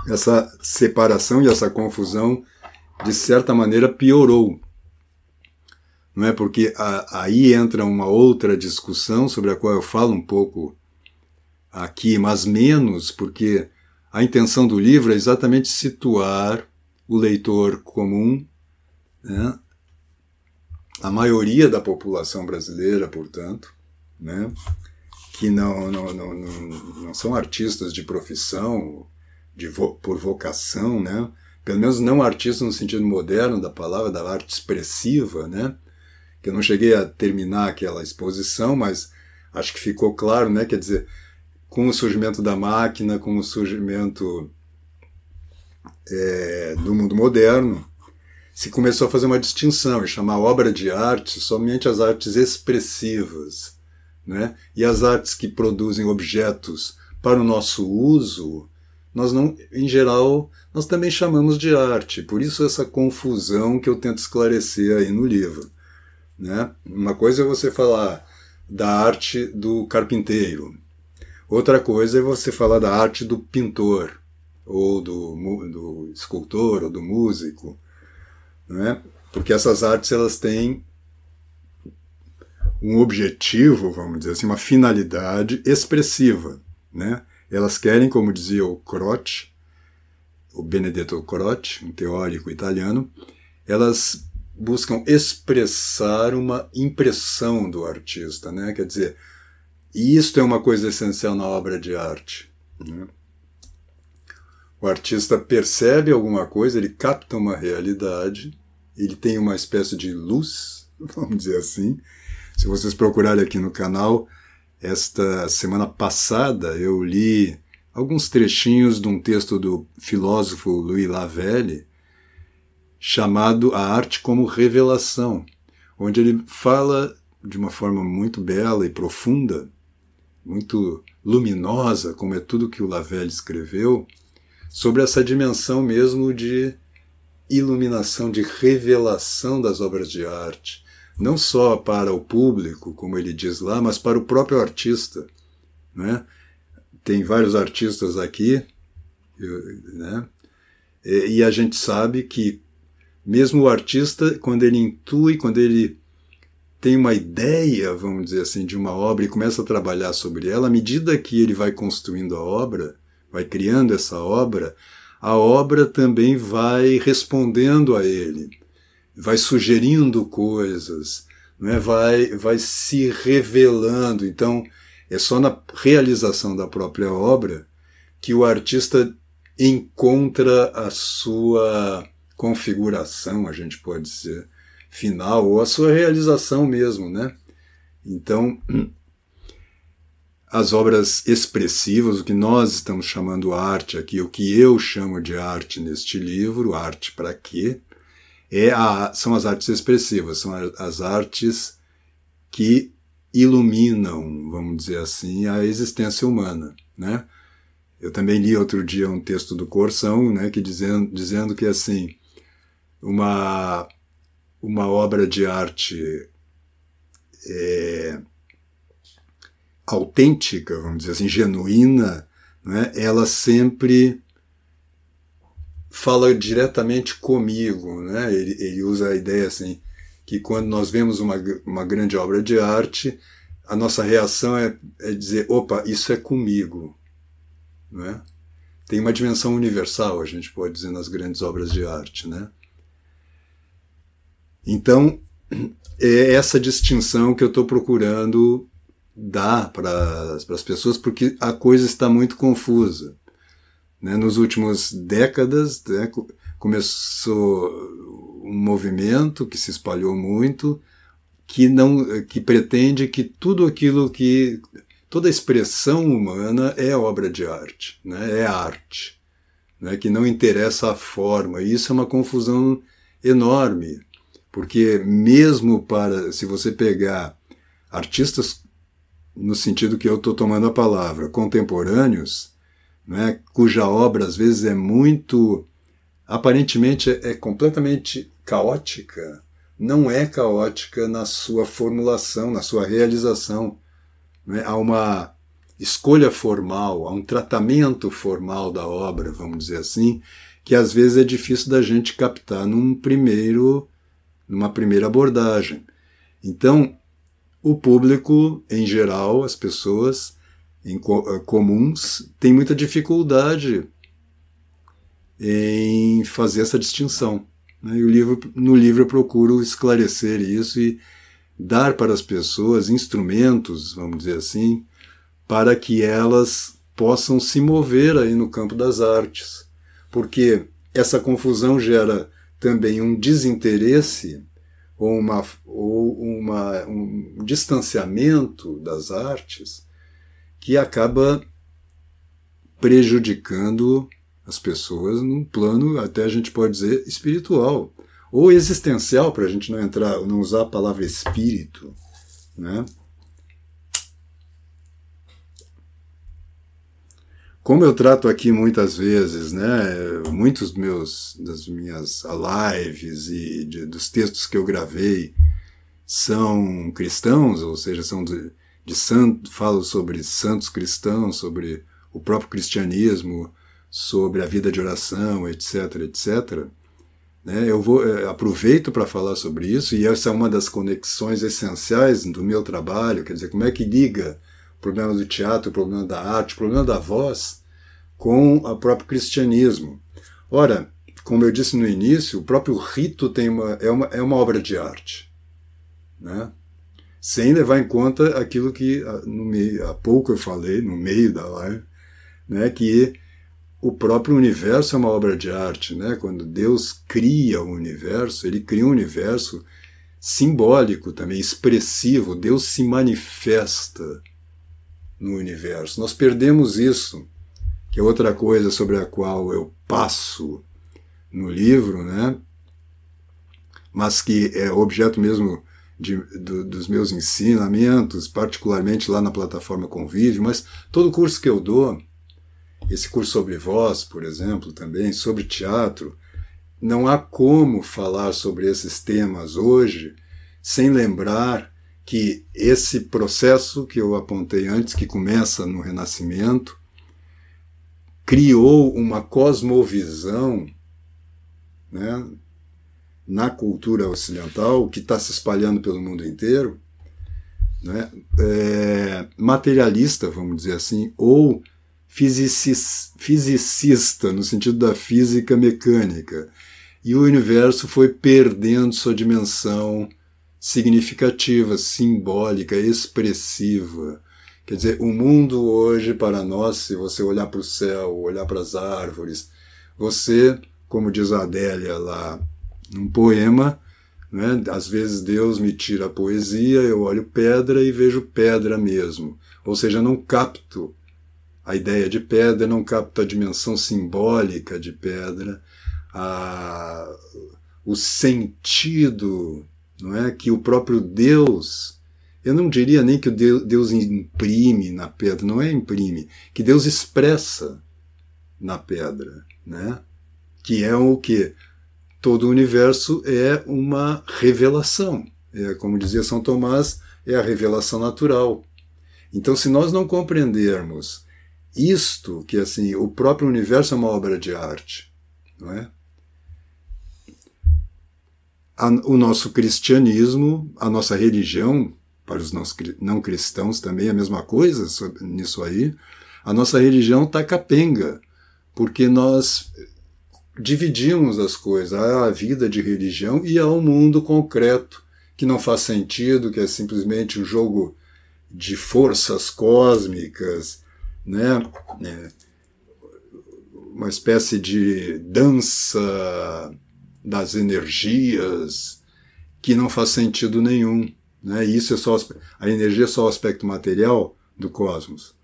essa separação e essa confusão, de certa maneira, piorou. Não é? Porque aí entra uma outra discussão sobre a qual eu falo um pouco aqui, mas menos, porque a intenção do livro é exatamente situar o leitor comum, né? A maioria da população brasileira, portanto, né? Que não são artistas de profissão, por vocação, né? Pelo menos não artistas no sentido moderno da palavra, da arte expressiva, né? Que eu não cheguei a terminar aquela exposição, mas acho que ficou claro, né? Quer dizer, com o surgimento da máquina, com o surgimento do mundo moderno, se começou a fazer uma distinção e chamar obra de arte somente as artes expressivas, né? E as artes que produzem objetos para o nosso uso, nós não, em geral, nós também chamamos de arte. Por isso essa confusão que eu tento esclarecer aí no livro, né? Uma coisa é você falar da arte do carpinteiro, outra coisa é você falar da arte do pintor, ou do escultor, ou do músico, né? Porque essas artes elas têm um objetivo, vamos dizer assim, uma finalidade expressiva, né? Elas querem, como dizia o Croce, o Benedetto Croce, um teórico italiano, elas buscam expressar uma impressão do artista, né? Quer dizer, isto é uma coisa essencial na obra de arte, né? O artista percebe alguma coisa, ele capta uma realidade, ele tem uma espécie de luz, vamos dizer assim. Se vocês procurarem aqui no canal, esta semana passada eu li alguns trechinhos de um texto do filósofo Louis Lavelle, chamado A Arte como Revelação, onde ele fala de uma forma muito bela e profunda, muito luminosa, como é tudo que o Lavelle escreveu, sobre essa dimensão mesmo de iluminação, de revelação das obras de arte, não só para o público, como ele diz lá, mas para o próprio artista, né? Tem vários artistas aqui, né? E a gente sabe que mesmo o artista, quando ele intui, quando ele tem uma ideia, vamos dizer assim, de uma obra e começa a trabalhar sobre ela, à medida que ele vai construindo a obra, vai criando essa obra, a obra também vai respondendo a ele, vai sugerindo coisas, né? vai se revelando. Então, é só na realização da própria obra que o artista encontra a sua configuração, a gente pode dizer, final, ou a sua realização mesmo, né? Então, as obras expressivas, o que nós estamos chamando arte aqui, o que eu chamo de arte neste livro, arte para quê? São as artes expressivas, são as artes que iluminam, vamos dizer assim, a existência humana, né? Eu também li outro dia um texto do Corsão, né, que dizendo que assim, uma obra de arte autêntica, vamos dizer assim, genuína, né, ela sempre fala diretamente comigo, né? Ele usa a ideia assim, que quando nós vemos uma grande obra de arte, a nossa reação é dizer, opa, isso é comigo, né? Tem uma dimensão universal, a gente pode dizer, nas grandes obras de arte, né? Então, é essa distinção que eu estou procurando dar para as pessoas, porque a coisa está muito confusa, né? Nos últimos décadas, né, começou um movimento que se espalhou muito, que pretende que tudo aquilo que toda expressão humana é obra de arte, né? É arte, né? Que não interessa a forma. E isso é uma confusão enorme, porque mesmo se você pegar artistas no sentido que eu estou tomando a palavra, contemporâneos, né, cuja obra às vezes aparentemente é completamente caótica, não é caótica na sua formulação, na sua realização, né? Há escolha formal, a um tratamento formal da obra, vamos dizer assim, que às vezes é difícil da gente captar numa primeira abordagem. Então, o público, em geral, as pessoas comuns, têm muita dificuldade em fazer essa distinção. Né? E no livro eu procuro esclarecer isso e dar para as pessoas instrumentos, vamos dizer assim, para que elas possam se mover aí no campo das artes. Porque essa confusão gera também um desinteresse ou um distanciamento das artes que acaba prejudicando as pessoas num plano, até a gente pode dizer, espiritual ou existencial, para a gente não usar a palavra espírito, né? Como eu trato aqui muitas vezes, né, das minhas lives e dos textos que eu gravei são cristãos, ou seja, são falo sobre santos cristãos, sobre o próprio cristianismo, sobre a vida de oração, etc, etc. Né, eu aproveito para falar sobre isso, e essa é uma das conexões essenciais do meu trabalho, quer dizer, como é que liga o problema do teatro, o problema da arte, o problema da voz com o próprio cristianismo. Ora, como eu disse no início, o próprio rito é uma obra de arte, né? Sem levar em conta aquilo que há pouco eu falei, no meio da live, né, que o próprio universo é uma obra de arte. Né? Quando Deus cria o universo, ele cria um universo simbólico também, expressivo. Deus se manifesta no universo. Nós perdemos isso, que é outra coisa sobre a qual eu passo no livro, né? Mas que é objeto mesmo dos meus ensinamentos, particularmente lá na plataforma Convívio, mas todo curso que eu dou, esse curso sobre voz, por exemplo, também, sobre teatro, não há como falar sobre esses temas hoje sem lembrar que esse processo que eu apontei antes, que começa no Renascimento, criou uma cosmovisão, né, na cultura ocidental, que está se espalhando pelo mundo inteiro, né, materialista, vamos dizer assim, ou fisicista, no sentido da física mecânica. E o universo foi perdendo sua dimensão significativa, simbólica, expressiva. Quer dizer, o mundo hoje, para nós, se você olhar para o céu, olhar para as árvores, você, como diz a Adélia lá num poema, né, às vezes Deus me tira a poesia, eu olho pedra e vejo pedra mesmo. Ou seja, não capto a ideia de pedra, não capto a dimensão simbólica de pedra, o sentido, não é, que o próprio Deus, eu não diria nem que Deus imprime na pedra, não é imprime, que Deus expressa na pedra, né? Que é o que? Todo o universo é uma revelação. Como dizia São Tomás, é a revelação natural. Então, se nós não compreendermos isto, que assim, o próprio universo é uma obra de arte, não é? O nosso cristianismo, a nossa religião, para os não cristãos também é a mesma coisa nisso aí, a nossa religião está capenga, porque nós dividimos as coisas, há a vida de religião e há um mundo concreto, que não faz sentido, que é simplesmente um jogo de forças cósmicas, né? Uma espécie de dança das energias que não faz sentido nenhum. Né? E isso é só a energia é só o aspecto material do cosmos.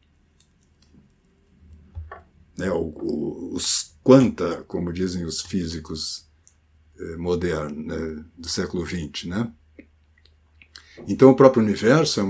Os quanta, como dizem os físicos modernos, né, do século XX. Né? Então o próprio universo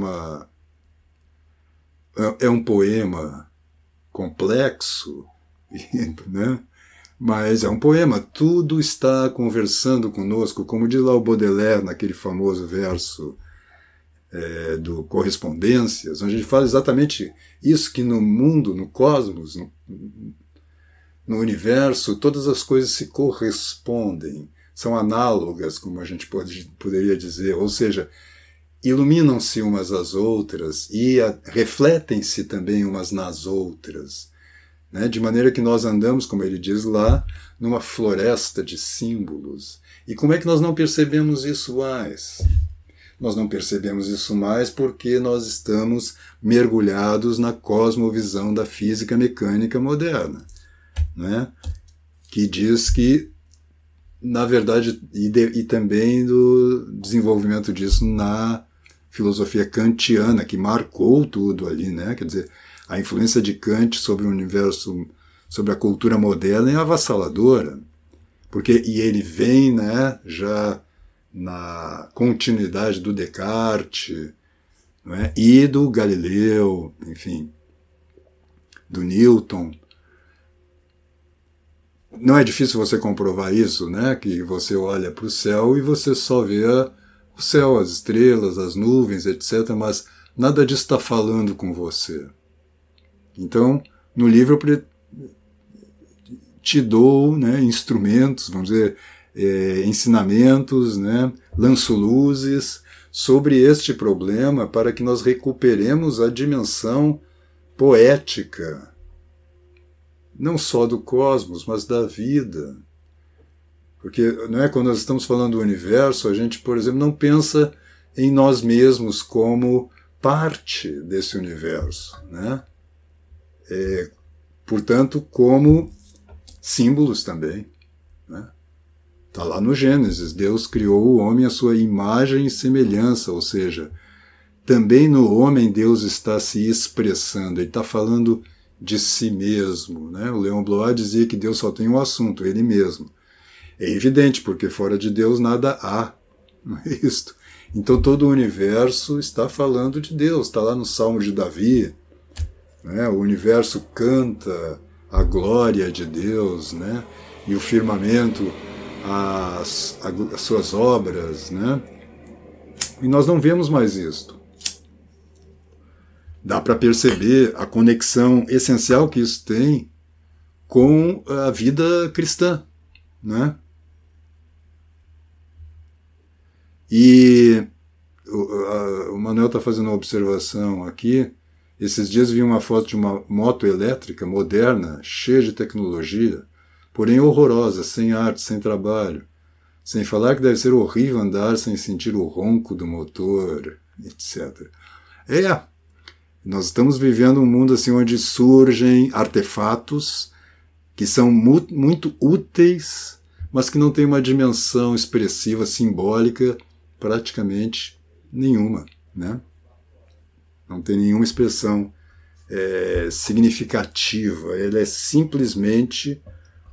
é um poema complexo, né? Mas é um poema, tudo está conversando conosco, como diz lá o Baudelaire naquele famoso verso do Correspondências, onde ele fala exatamente isso, que no mundo, no cosmos, no universo, todas as coisas se correspondem, são análogas, como a gente poderia dizer, ou seja, iluminam-se umas às outras e refletem-se também umas nas outras, né? De maneira que nós andamos, como ele diz lá, numa floresta de símbolos. E como é que nós não percebemos isso mais? Nós não percebemos isso mais porque nós estamos mergulhados na cosmovisão da física mecânica moderna, né? Que diz que, na verdade, e também do desenvolvimento disso na filosofia kantiana, que marcou tudo ali, né? Quer dizer, a influência de Kant sobre o universo, sobre a cultura moderna é avassaladora, e ele vem, né, já na continuidade do Descartes, não é? E do Galileu, enfim, do Newton. Não é difícil você comprovar isso, né? Que você olha para o céu e você só vê o céu, as estrelas, as nuvens, etc., mas nada disso está falando com você. Então, no livro eu te dou, né, instrumentos, vamos dizer, ensinamentos, né, lanço luzes sobre este problema para que nós recuperemos a dimensão poética, não só do cosmos, mas da vida. Porque, não é, quando nós estamos falando do universo, a gente, por exemplo, não pensa em nós mesmos como parte desse universo, né? Portanto, como símbolos também, né? Está lá no Gênesis, Deus criou o homem à sua imagem e semelhança, ou seja, também no homem Deus está se expressando, ele está falando de si mesmo, né? O Leon Bloy dizia que Deus só tem um assunto, ele mesmo. É evidente, porque fora de Deus nada há, não é isto? Então todo o universo está falando de Deus, está lá no Salmo de Davi, né? O universo canta a glória de Deus, né? E o firmamento as suas obras, né? E nós não vemos mais isto. Dá para perceber a conexão essencial que isso tem com a vida cristã, né? E o Manuel está fazendo uma observação aqui. Esses dias vi uma foto de uma moto elétrica moderna, cheia de tecnologia, porém horrorosa, sem arte, sem trabalho. Sem falar que deve ser horrível andar sem sentir o ronco do motor, etc. Nós estamos vivendo um mundo assim onde surgem artefatos que são muito úteis, mas que não têm uma dimensão expressiva, simbólica, praticamente nenhuma, né? Não tem nenhuma expressão significativa. Ele é simplesmente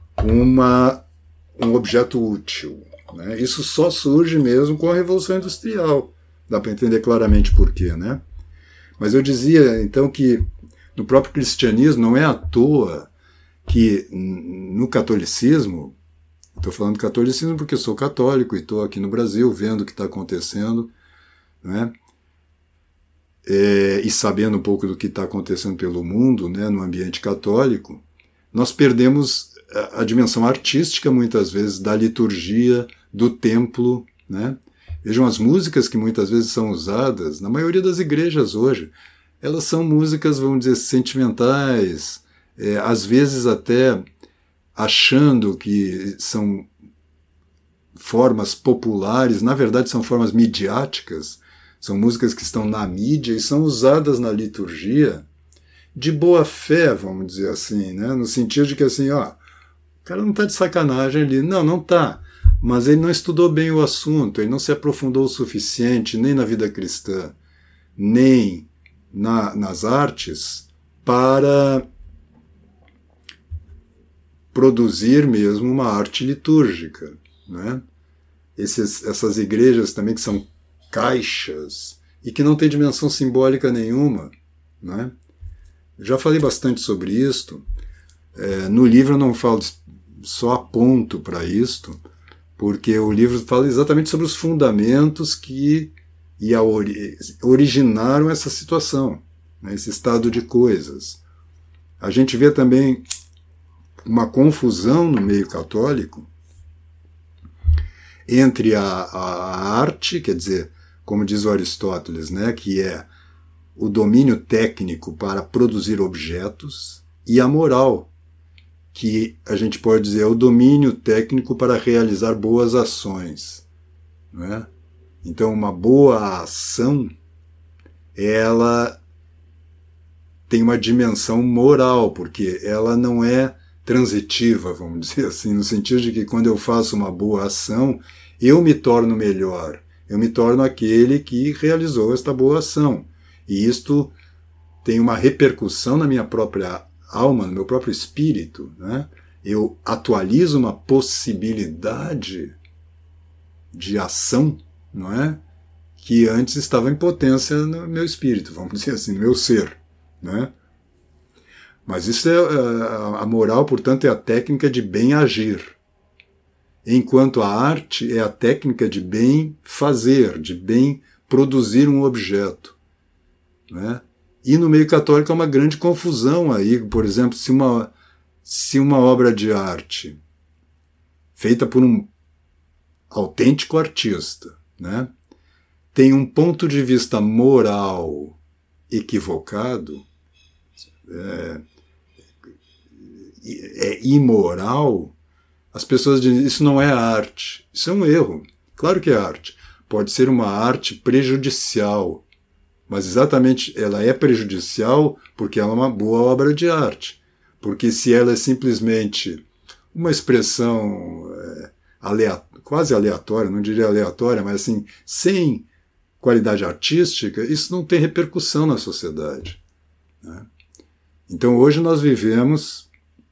um objeto útil, né? Isso só surge mesmo com a Revolução Industrial. Dá para entender claramente por quê, né? Mas eu dizia, então, que no próprio cristianismo não é à toa que no catolicismo, estou falando catolicismo porque eu sou católico e estou aqui no Brasil vendo o que está acontecendo, né? E sabendo um pouco do que está acontecendo pelo mundo, né, no ambiente católico, nós perdemos a dimensão artística, muitas vezes, da liturgia, do templo, né? Vejam, as músicas que muitas vezes são usadas, na maioria das igrejas hoje, elas são músicas, vamos dizer, sentimentais, às vezes até achando que são formas populares, na verdade são formas midiáticas, são músicas que estão na mídia e são usadas na liturgia de boa fé, vamos dizer assim, né? No sentido de que assim, o cara não está de sacanagem ali. Não está. Mas ele não estudou bem o assunto, ele não se aprofundou o suficiente nem na vida cristã, nem nas artes, para produzir mesmo uma arte litúrgica, né? Essas igrejas também que são caixas e que não tem dimensão simbólica nenhuma, né? Já falei bastante sobre isto. No livro eu não falo, só aponto para isto, porque o livro fala exatamente sobre os fundamentos que e originaram essa situação, né, esse estado de coisas. A gente vê também uma confusão no meio católico entre a arte, quer dizer, como diz o Aristóteles, né, que é o domínio técnico para produzir objetos, e a moral, que a gente pode dizer é o domínio técnico para realizar boas ações. Né? Então, uma boa ação, ela tem uma dimensão moral, porque ela não é transitiva, vamos dizer assim, no sentido de que quando eu faço uma boa ação, eu me torno melhor, eu me torno aquele que realizou esta boa ação. E isto tem uma repercussão na minha própria alma, no meu próprio espírito. Né? Eu atualizo uma possibilidade de ação, não é? Que antes estava em potência no meu espírito, vamos dizer assim, no meu ser. Né? Mas isso a moral, portanto, é a técnica de bem agir. Enquanto a arte é a técnica de bem fazer, de bem produzir um objeto. Né? E no meio católico há uma grande confusão aí, por exemplo, se uma obra de arte feita por um autêntico artista, né, tem um ponto de vista moral equivocado, é imoral, as pessoas dizem, isso não é arte, isso é um erro. Claro que é arte. Pode ser uma arte prejudicial, mas exatamente ela é prejudicial porque ela é uma boa obra de arte. Porque se ela é simplesmente uma expressão quase aleatória, não diria aleatória, mas assim, sem qualidade artística, isso não tem repercussão na sociedade. Né? Então hoje nós vivemos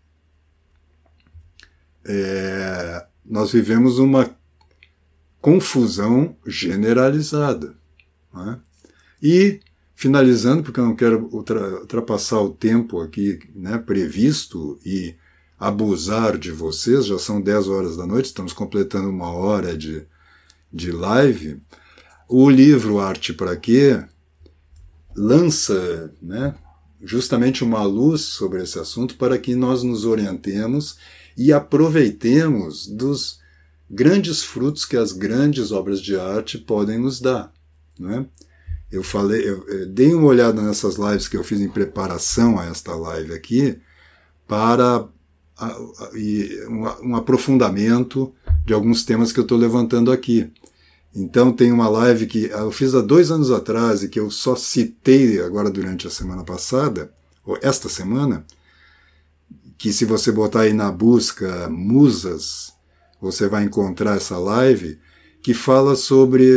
uma confusão generalizada. Né? E, finalizando, porque eu não quero ultrapassar o tempo aqui, né, previsto e abusar de vocês, já são 10 horas da noite, estamos completando 1 hora de live, o livro Arte para Quê lança, né, justamente uma luz sobre esse assunto para que nós nos orientemos e aproveitemos dos grandes frutos que as grandes obras de arte podem nos dar. Né? Eu dei uma olhada nessas lives que eu fiz em preparação a esta live aqui para um aprofundamento de alguns temas que eu estou levantando aqui. Então tem uma live que eu fiz há 2 anos atrás e que eu só citei agora durante a semana passada, ou esta semana, que se você botar aí na busca Musas, você vai encontrar essa live, que fala sobre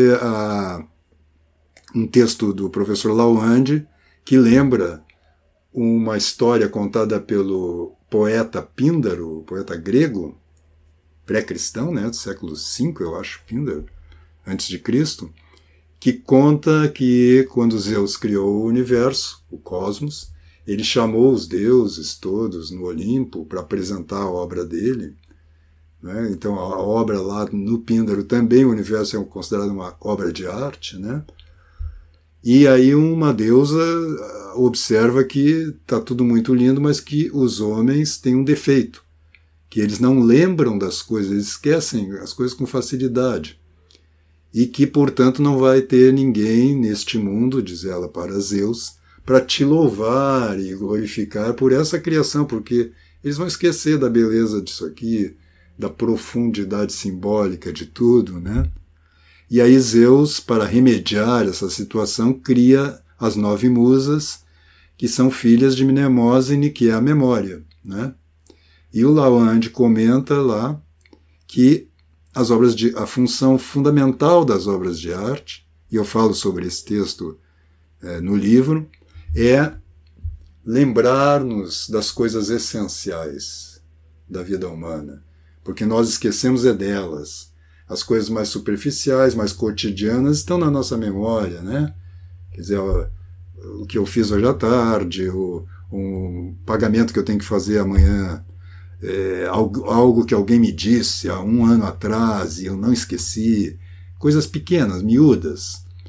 um texto do professor Lawande, que lembra uma história contada pelo poeta Píndaro, poeta grego, pré-cristão, né, do século V, eu acho, Píndaro, antes de Cristo, que conta que quando Zeus criou o universo, o cosmos, ele chamou os deuses todos no Olimpo para apresentar a obra dele. Né? Então a obra lá no Píndaro também, o universo é considerado uma obra de arte, né? E aí uma deusa observa que está tudo muito lindo, mas que os homens têm um defeito, que eles não lembram das coisas, eles esquecem as coisas com facilidade. E que, portanto, não vai ter ninguém neste mundo, diz ela para Zeus, para te louvar e glorificar por essa criação, porque eles vão esquecer da beleza disso aqui, da profundidade simbólica de tudo, né? E aí Zeus, para remediar essa situação, cria as 9 musas, que são filhas de Mnemósine, que é a memória. Né? E o Lawande comenta lá que a função fundamental das obras de arte, e eu falo sobre esse texto no livro, é lembrar-nos das coisas essenciais da vida humana, porque nós esquecemos delas. As coisas mais superficiais, mais cotidianas, estão na nossa memória, né? Quer dizer, o que eu fiz hoje à tarde, um pagamento que eu tenho que fazer amanhã, algo que alguém me disse há 1 ano atrás e eu não esqueci, coisas pequenas, miúdas,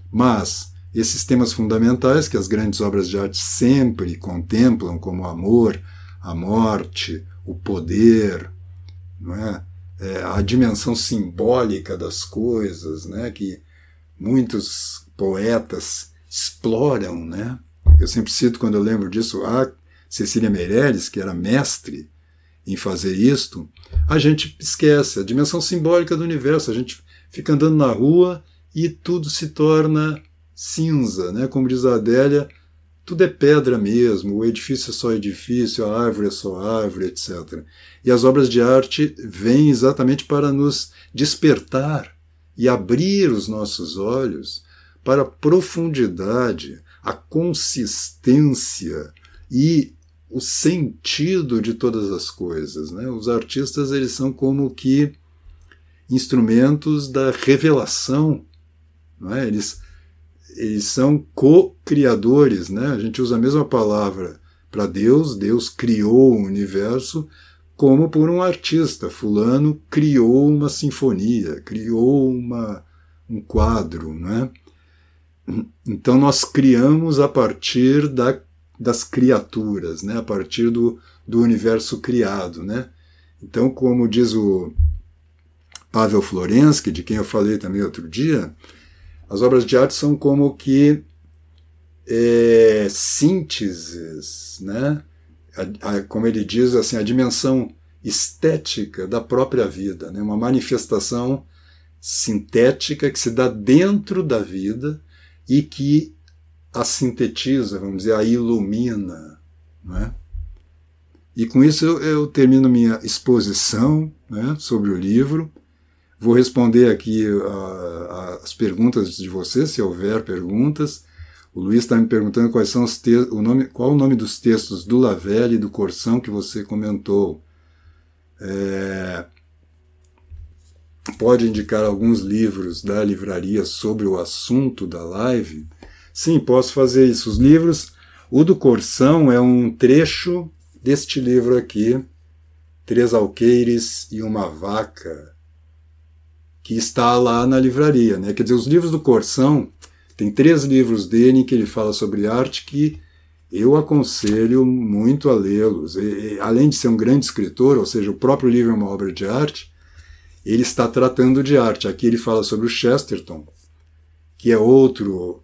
Mas esses temas fundamentais que as grandes obras de arte sempre contemplam, como o amor, a morte, o poder, não é? A dimensão simbólica das coisas, né? Que muitos poetas exploram, né? Eu sempre cito, quando eu lembro disso, a Cecília Meirelles, que era mestre em fazer isto. A gente esquece a dimensão simbólica do universo, a gente fica andando na rua e tudo se torna cinza, né? Como diz a Adélia, tudo é pedra mesmo, o edifício é só edifício, a árvore é só árvore, etc. E as obras de arte vêm exatamente para nos despertar e abrir os nossos olhos para a profundidade, a consistência e o sentido de todas as coisas, né? Os artistas, eles são como que instrumentos da revelação, não é? Eles são co-criadores, né? A gente usa a mesma palavra para Deus. Deus criou o universo, como por um artista. Fulano criou uma sinfonia, criou um quadro, né? Então nós criamos a partir das criaturas, né? A partir do universo criado, né? Então, como diz o Pavel Florensky, de quem eu falei também outro dia, as obras de arte são como que sínteses, né? Como ele diz, assim, a dimensão estética da própria vida, né? Uma manifestação sintética que se dá dentro da vida e que a sintetiza, vamos dizer, a ilumina, né? E com isso eu termino minha exposição, né, sobre o livro. Vou responder aqui as perguntas de vocês, se houver perguntas. O Luiz está me perguntando qual o nome dos textos do Lavelle e do Corsão que você comentou. Pode indicar alguns livros da livraria sobre o assunto da live? Sim, posso fazer isso. Os livros, o do Corsão é um trecho deste livro aqui, Três Alqueires e uma Vaca, que está lá na livraria, né? Quer dizer, os livros do Corsão, tem 3 livros dele em que ele fala sobre arte que eu aconselho muito a lê-los. Além de ser um grande escritor, ou seja, o próprio livro é uma obra de arte, ele está tratando de arte. Aqui ele fala sobre o Chesterton, que é outro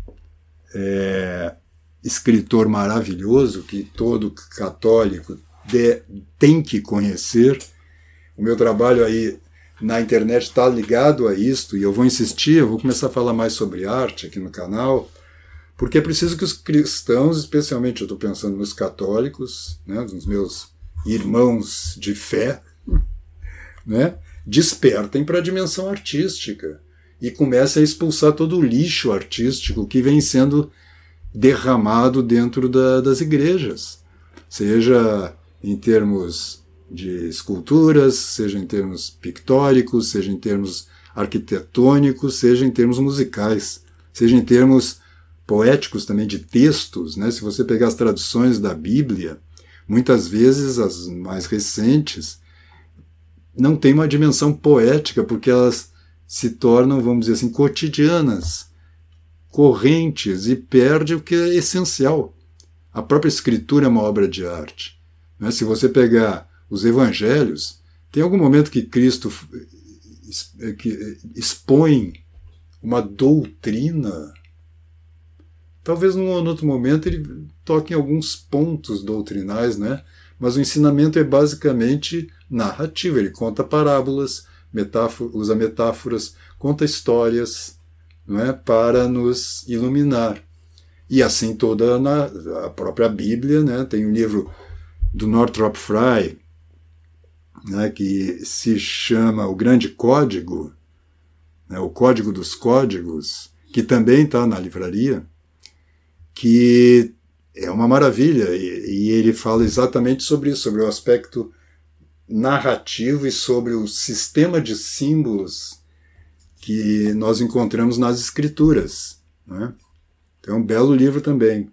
escritor maravilhoso que todo católico tem que conhecer. O meu trabalho aí na internet está ligado a isto, e eu vou insistir, eu vou começar a falar mais sobre arte aqui no canal, porque é preciso que os cristãos, especialmente eu estou pensando nos católicos, né, nos meus irmãos de fé, né, despertem para a dimensão artística e comecem a expulsar todo o lixo artístico que vem sendo derramado dentro das igrejas, seja em termos de esculturas, seja em termos pictóricos, seja em termos arquitetônicos, seja em termos musicais, seja em termos poéticos também, de textos, né? Se você pegar as traduções da Bíblia, muitas vezes as mais recentes não têm uma dimensão poética, porque elas se tornam, vamos dizer assim, cotidianas, correntes, e perde o que é essencial. A própria escritura é uma obra de arte, né? Se você pegar os evangelhos, tem algum momento que Cristo expõe uma doutrina. Talvez num outro momento ele toque em alguns pontos doutrinais, né? Mas o ensinamento é basicamente narrativo. Ele conta parábolas, usa metáforas, conta histórias, não é? Para nos iluminar. E assim toda a própria Bíblia, né? Tem um livro do Northrop Frye, né, que se chama O Grande Código, né, o Código dos Códigos, que também está na livraria, que é uma maravilha, e ele fala exatamente sobre isso, sobre o aspecto narrativo e sobre o sistema de símbolos que nós encontramos nas escrituras, né? Então é um belo livro também.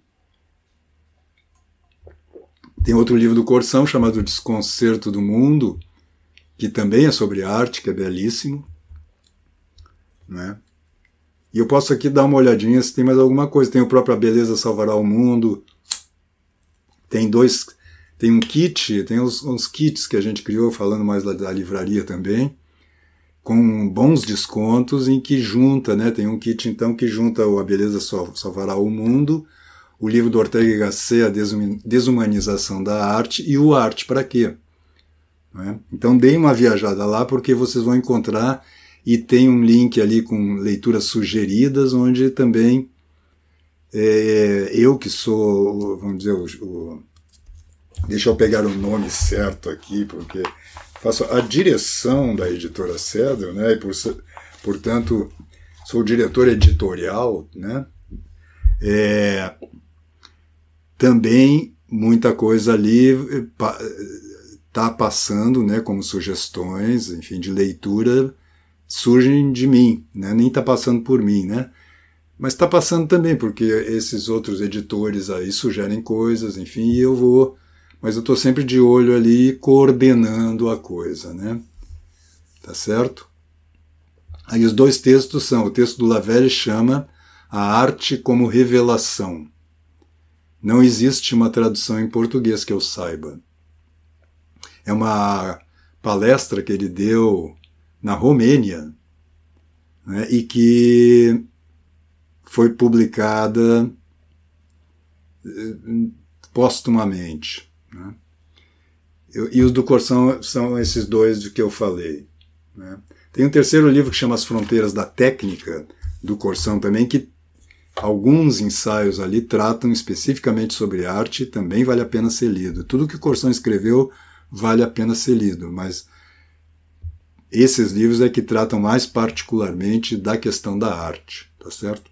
Tem outro livro do Corsão chamado Desconcerto do Mundo, que também é sobre arte, que é belíssimo, né? E eu posso aqui dar uma olhadinha se tem mais alguma coisa. Tem o próprio A Beleza Salvará o Mundo. Tem um kit, tem uns kits que a gente criou, falando mais da livraria também, com bons descontos em que junta, né? Tem um kit então que junta o A Beleza Salvará o Mundo, o livro do Ortega y Gasset, A Desumanização da Arte, e o Arte para Quê? Né? Então deem uma viajada lá, porque vocês vão encontrar, e tem um link ali com leituras sugeridas, onde também eu que sou, vamos dizer, deixa eu pegar o nome certo aqui, porque faço a direção da editora Cedro, né? E portanto, sou o diretor editorial, né? Também muita coisa ali está passando, né? Como sugestões, enfim, de leitura, surgem de mim, né? Nem está passando por mim, né? Mas está passando também, porque esses outros editores aí sugerem coisas, enfim, e eu vou... Mas eu estou sempre de olho ali, coordenando a coisa, né? Tá certo? Aí os dois textos são, o texto do Lavelle chama A Arte como Revelação. Não existe uma tradução em português que eu saiba. É uma palestra que ele deu na Romênia, né, e que foi publicada póstumamente. Né? E os do Corsão são esses dois de que eu falei. Né? Tem um terceiro livro que chama As Fronteiras da Técnica, do Corsão também, que alguns ensaios ali tratam especificamente sobre arte, também vale a pena ser lido. Tudo que o Corsão escreveu vale a pena ser lido, mas esses livros é que tratam mais particularmente da questão da arte, tá certo?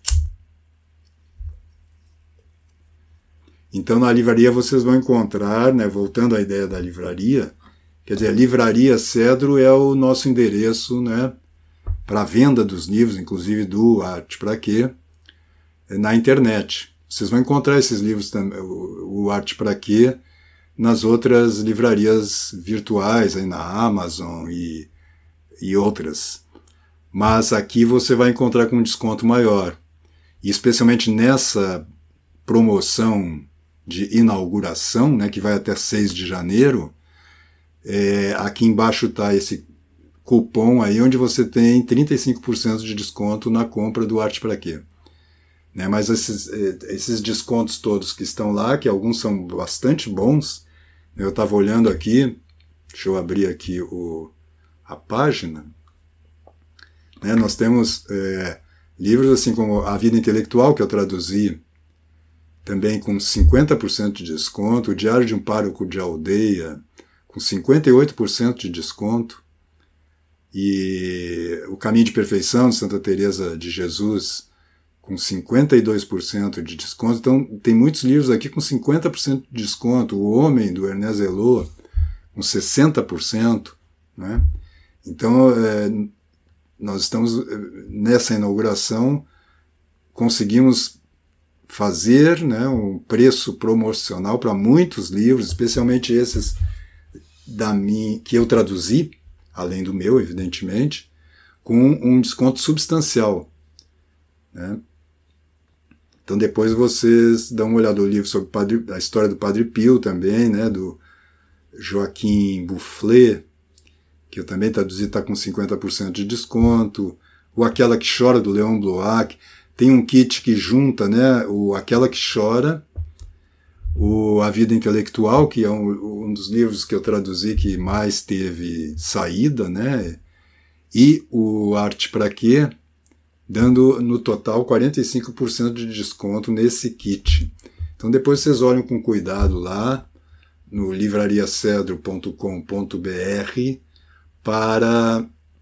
Então, na livraria vocês vão encontrar, né, voltando à ideia da livraria, quer dizer, a Livraria Cedro é o nosso endereço, né, para a venda dos livros, inclusive do Arte para Quê, na internet. Vocês vão encontrar esses livros, o Arte para Quê, nas outras livrarias virtuais, aí na Amazon e outras. Mas aqui você vai encontrar com um desconto maior. E especialmente nessa promoção de inauguração, né, que vai até 6 de janeiro, aqui embaixo está esse cupom aí, onde você tem 35% de desconto na compra do Arte para Quê. Né, mas esses descontos todos que estão lá, que alguns são bastante bons, eu estava olhando aqui, deixa eu abrir aqui a página, né, nós temos livros assim como A Vida Intelectual, que eu traduzi, também com 50% de desconto, o Diário de um Pároco de Aldeia, com 58% de desconto, e O Caminho de Perfeição, de Santa Teresa de Jesus, com 52% de desconto. Então, tem muitos livros aqui com 50% de desconto. O Homem, do Ernest Hello, com 60%. Né? Então, nós estamos, nessa inauguração, conseguimos fazer, né, um preço promocional para muitos livros, especialmente esses que eu traduzi, além do meu, evidentemente, com um desconto substancial. Né? Então depois vocês dão uma olhada no livro sobre a história do Padre Pio também, né, do Joaquim Boufflet, que eu também traduzi, está com 50% de desconto, o Aquela que Chora, do Leon Bloch. Tem um kit que junta, né, Aquela que Chora, A Vida Intelectual, que é um dos livros que eu traduzi que mais teve saída, né, e o Arte para Quê, dando no total 45% de desconto nesse kit. Então depois vocês olham com cuidado lá no livrariacedro.com.br para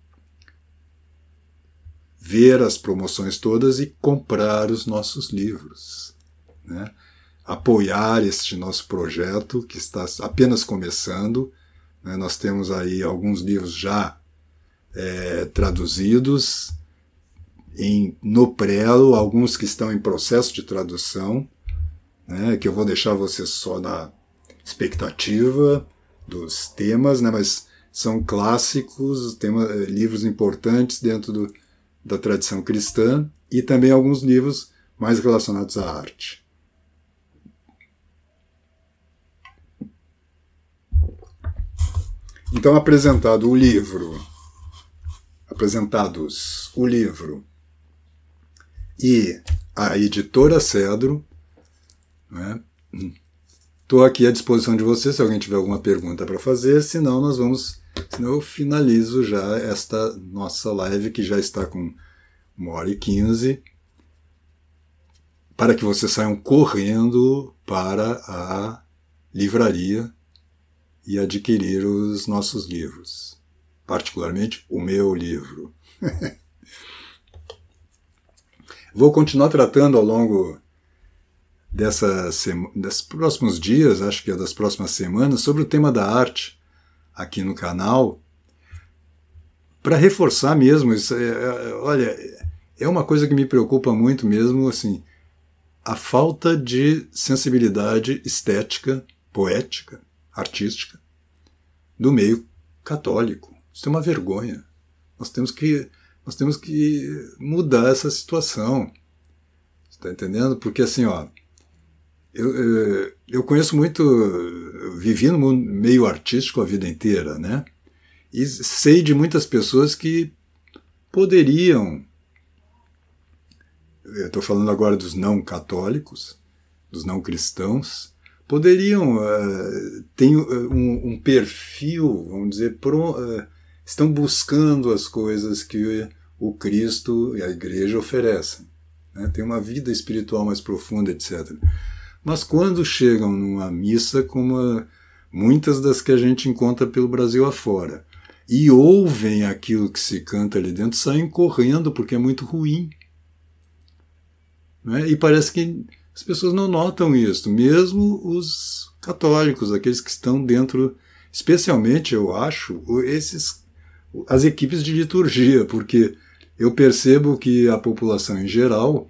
ver as promoções todas e comprar os nossos livros, né? Apoiar este nosso projeto que está apenas começando, né? Nós temos aí alguns livros já traduzidos no prelo, alguns que estão em processo de tradução, né? Que eu vou deixar vocês só na expectativa dos temas, né? Mas são clássicos, livros importantes dentro da tradição cristã e também alguns livros mais relacionados à arte. Então, apresentados o livro e a editora Cedro, né? Estou aqui à disposição de você se alguém tiver alguma pergunta para fazer, senão eu finalizo já esta nossa live, que já está com 1h15, para que vocês saiam correndo para a livraria e adquirir os nossos livros, particularmente o meu livro. Vou continuar tratando ao longo desses próximos dias, acho que é das próximas semanas, sobre o tema da arte aqui no canal, para reforçar mesmo, olha, é uma coisa que me preocupa muito mesmo, assim, a falta de sensibilidade estética, poética, artística do meio católico. Isso é uma vergonha. Nós temos que mudar essa situação. Você está entendendo? Porque assim, ó, eu conheço muito, eu vivi no meio artístico a vida inteira, né? E sei de muitas pessoas que poderiam, eu estou falando agora dos não católicos, dos não cristãos, poderiam ter um perfil, vamos dizer, estão buscando as coisas que o Cristo e a Igreja oferecem, né? Tem uma vida espiritual mais profunda, etc. Mas quando chegam numa missa como muitas das que a gente encontra pelo Brasil afora, e ouvem aquilo que se canta ali dentro, saem correndo porque é muito ruim, né? E parece que as pessoas não notam isso, mesmo os católicos, aqueles que estão dentro, especialmente, eu acho, as equipes de liturgia, porque eu percebo que a população em geral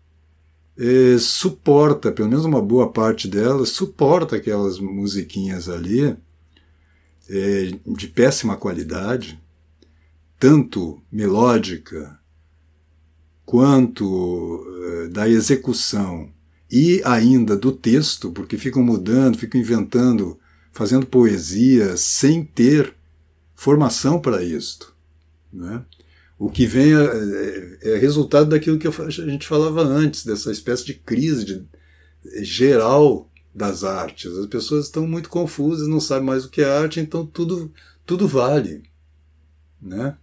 suporta, pelo menos uma boa parte dela, suporta aquelas musiquinhas ali de péssima qualidade, tanto melódica quanto da execução e ainda do texto, porque ficam mudando, ficam inventando, fazendo poesia sem ter formação para isto, né? O que vem é resultado daquilo que a gente falava antes, dessa espécie de crise geral das artes. As pessoas estão muito confusas, não sabem mais o que é arte, então tudo vale, né?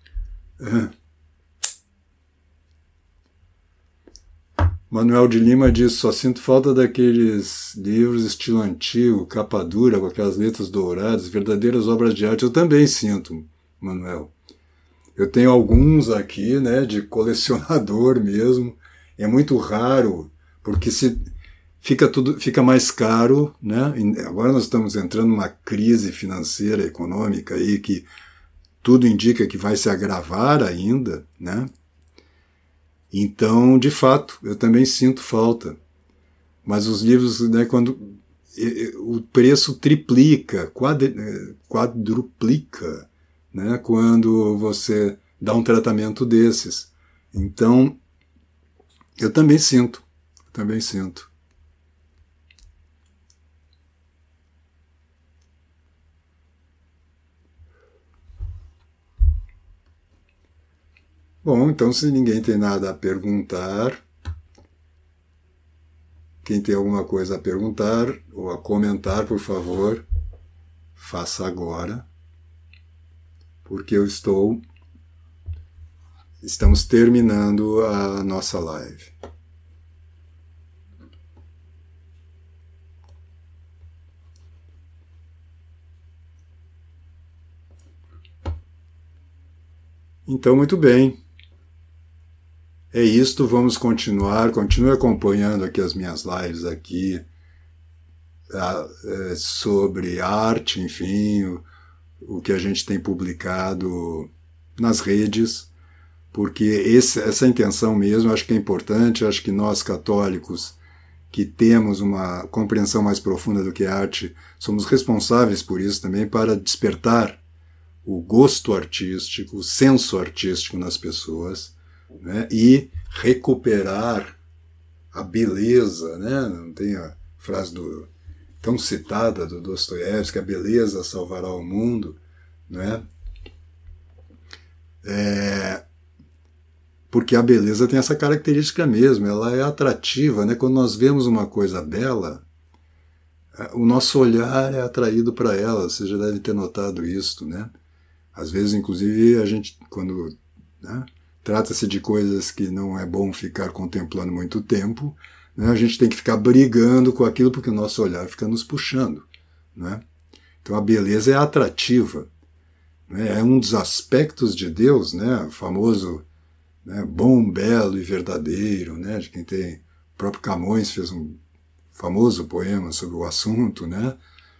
Manuel de Lima diz: só sinto falta daqueles livros estilo antigo, capa dura, com aquelas letras douradas, verdadeiras obras de arte. Eu também sinto, Manuel. Eu tenho alguns aqui, né, de colecionador mesmo. É muito raro, porque fica mais caro, né? Agora nós estamos entrando numa crise financeira, econômica aí, que tudo indica que vai se agravar ainda, né? Então, de fato, eu também sinto falta. Mas os livros, né, quando o preço triplica, quadruplica, né, quando você dá um tratamento desses. Então, eu também sinto. Bom, então se ninguém tem nada a perguntar, quem tem alguma coisa a perguntar ou a comentar, por favor, faça agora, porque estamos terminando a nossa live. Então, muito bem. É isto, vamos continuar, continue acompanhando aqui as minhas lives aqui sobre arte, enfim, o que a gente tem publicado nas redes, porque essa intenção mesmo, acho que é importante, acho que nós católicos que temos uma compreensão mais profunda do que é arte, somos responsáveis por isso também, para despertar o gosto artístico, o senso artístico nas pessoas, né? E recuperar a beleza, né? Não tem a frase tão citada do Dostoiévski, a beleza salvará o mundo, né? Porque a beleza tem essa característica mesmo, ela é atrativa, né? Quando nós vemos uma coisa bela, o nosso olhar é atraído para ela, você já deve ter notado isso, né? Às vezes, inclusive, a gente, quando, né, trata-se de coisas que não é bom ficar contemplando muito tempo, né, a gente tem que ficar brigando com aquilo porque o nosso olhar fica nos puxando, né? Então a beleza é atrativa, né? É um dos aspectos de Deus, né? O famoso, né, bom, belo e verdadeiro, né? De quem tem, o próprio Camões fez um famoso poema sobre o assunto, né?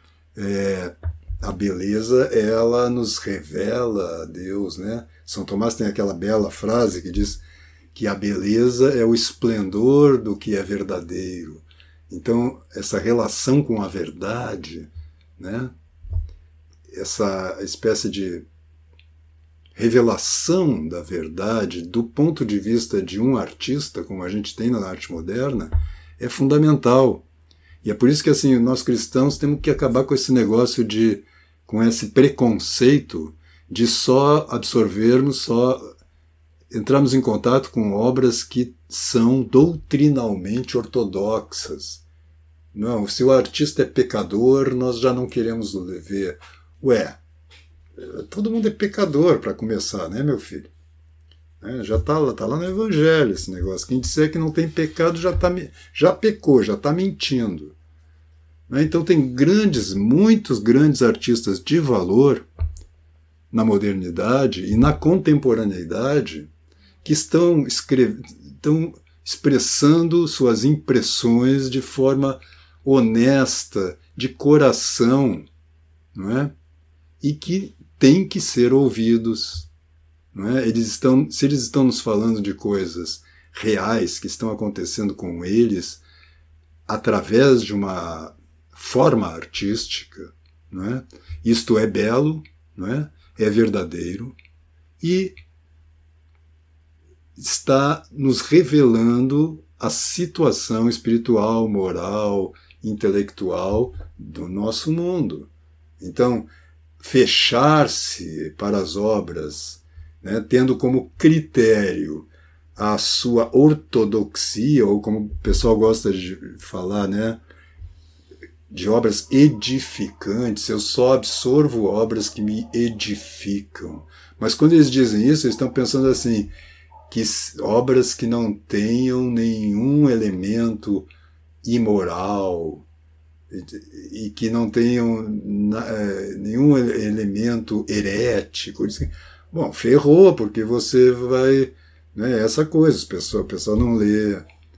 A beleza, ela nos revela a Deus, né? São Tomás tem aquela bela frase que diz que a beleza é o esplendor do que é verdadeiro. Então, essa relação com a verdade, né? Essa espécie de revelação da verdade do ponto de vista de um artista, como a gente tem na arte moderna, é fundamental. E é por isso que assim, nós cristãos temos que acabar com esse negócio com esse preconceito de só absorvermos, só entrarmos em contato com obras que são doutrinalmente ortodoxas. Não, se o artista é pecador, nós já não queremos ver. Ué, todo mundo é pecador para começar, né, meu filho? Já tá lá no Evangelho esse negócio. Quem disser que não tem pecado já pecou, já está mentindo. Então tem muitos grandes artistas de valor na modernidade e na contemporaneidade que estão expressando suas impressões de forma honesta, de coração, não é? E que têm que ser ouvidos. Não é? Se eles estão nos falando de coisas reais que estão acontecendo com eles através de uma forma artística, não é? Isto é belo, não é? É verdadeiro e está nos revelando a situação espiritual, moral, intelectual do nosso mundo. Então, fechar-se para as obras, né, tendo como critério a sua ortodoxia, ou como o pessoal gosta de falar, né, de obras edificantes, eu só absorvo obras que me edificam. Mas quando eles dizem isso, eles estão pensando assim, que obras que não tenham nenhum elemento imoral e que não tenham nenhum elemento herético. Bom, ferrou, porque você vai... Né, essa coisa, o pessoal não lê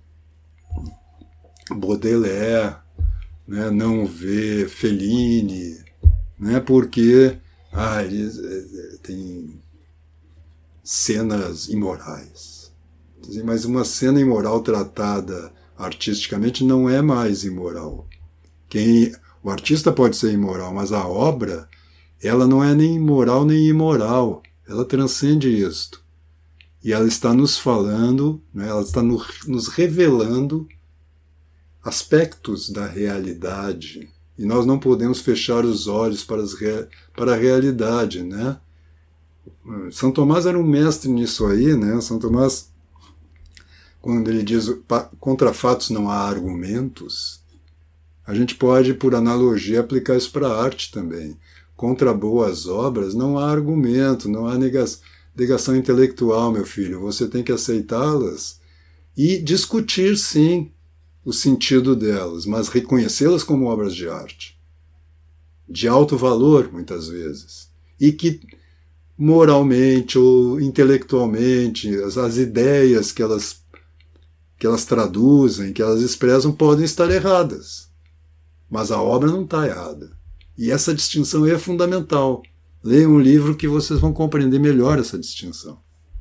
Baudelaire, né, não vê Fellini, né, porque eles têm cenas imorais. Mas uma cena imoral tratada artisticamente não é mais imoral. O artista pode ser imoral, mas a obra, ela não é nem imoral nem imoral. Ela transcende isto. E ela está nos falando, né, ela está nos revelando aspectos da realidade. E nós não podemos fechar os olhos para a realidade, né? São Tomás era um mestre nisso aí, né? São Tomás, quando ele diz contra fatos não há argumentos, a gente pode, por analogia, aplicar isso para a arte também. Contra boas obras não há argumento, não há negação intelectual, meu filho. Você tem que aceitá-las e discutir, sim, o sentido delas, mas reconhecê-las como obras de arte. De alto valor, muitas vezes. E que moralmente ou intelectualmente, as ideias que elas traduzem, que elas expressam, podem estar erradas. Mas a obra não está errada. E essa distinção é fundamental. Leiam um livro que vocês vão compreender melhor essa distinção.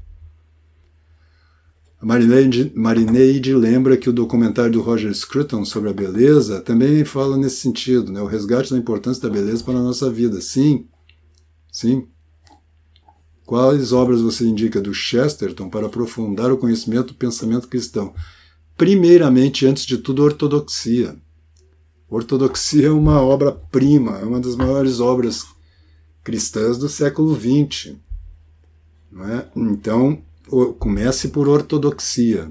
A Marineide lembra que o documentário do Roger Scruton sobre a beleza também fala nesse sentido, né? O resgate da importância da beleza para a nossa vida. Sim, sim. Quais obras você indica do Chesterton para aprofundar o conhecimento do pensamento cristão? Primeiramente, antes de tudo, Ortodoxia. Ortodoxia é uma obra-prima, é uma das maiores obras cristãs do século XX. Não é? Então, comece por Ortodoxia.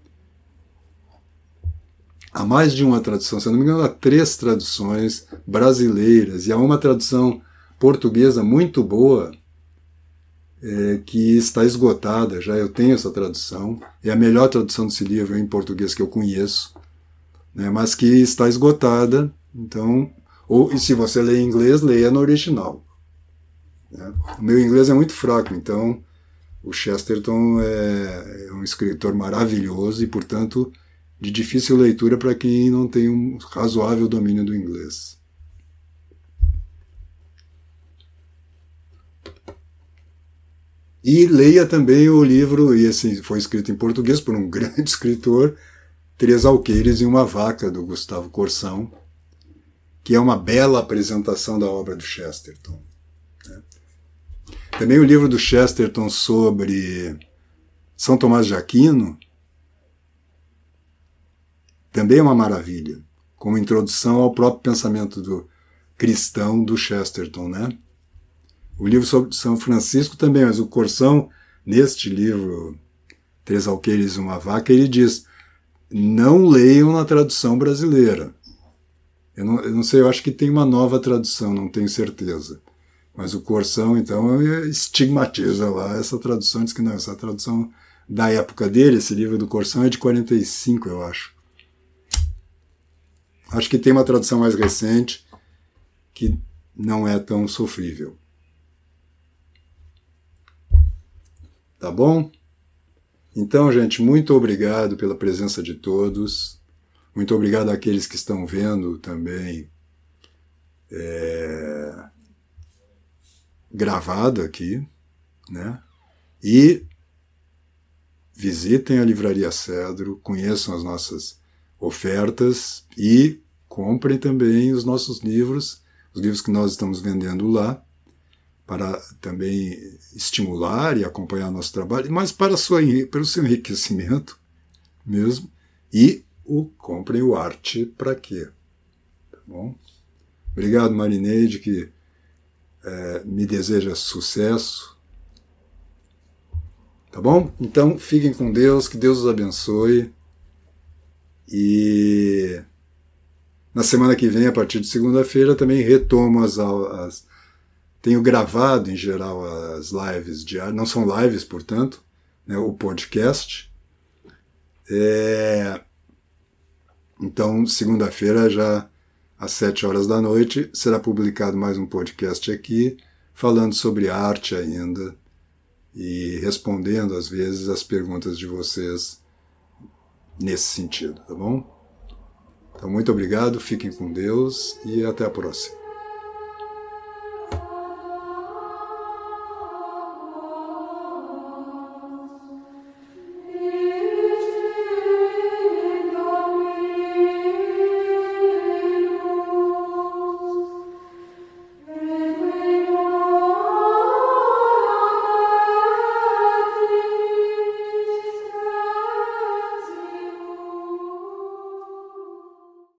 Há mais de uma tradução, se não me engano, há 3 traduções brasileiras, e há uma tradução portuguesa muito boa, que está esgotada já. Eu tenho essa tradução, é a melhor tradução desse livro em português que eu conheço, né, mas que está esgotada. Então, e se você lê em inglês, leia no original. Né? O meu inglês é muito fraco, então o Chesterton é um escritor maravilhoso e, portanto, de difícil leitura para quem não tem um razoável domínio do inglês. E leia também o livro, e esse foi escrito em português por um grande escritor, 3 Alqueires e uma Vaca, do Gustavo Corsão, que é uma bela apresentação da obra do Chesterton. Também o livro do Chesterton sobre São Tomás de Aquino também é uma maravilha, como introdução ao próprio pensamento do cristão do Chesterton, né? O livro sobre São Francisco também, mas o Corsão, neste livro, 3 Alqueires e uma Vaca, ele diz, não leiam na tradução brasileira. Eu não sei, eu acho que tem uma nova tradução, não tenho certeza. Mas o Corsão, então, estigmatiza lá essa tradução, diz que não, essa tradução da época dele, esse livro do Corsão é de 45, eu acho. Acho que tem uma tradução mais recente que não é tão sofrível. Tá bom? Então, gente, muito obrigado pela presença de todos. Muito obrigado àqueles que estão vendo também gravado aqui, né? E visitem a Livraria Cedro, conheçam as nossas ofertas e comprem também os nossos livros, os livros que nós estamos vendendo lá, para também estimular e acompanhar nosso trabalho, mas para o seu enriquecimento mesmo. E comprem o Arte Pra Quê. Tá bom? Obrigado, Marineide, que me deseja sucesso. Tá bom? Então, fiquem com Deus, que Deus os abençoe. E na semana que vem, a partir de segunda-feira, também retomo as aulas. Tenho gravado, em geral, as lives diárias. Não são lives, portanto, né, o podcast. Então, segunda-feira, já às 7 horas da noite, será publicado mais um podcast aqui, falando sobre arte ainda e respondendo, às vezes, as perguntas de vocês nesse sentido, tá bom? Então, muito obrigado, fiquem com Deus e até a próxima.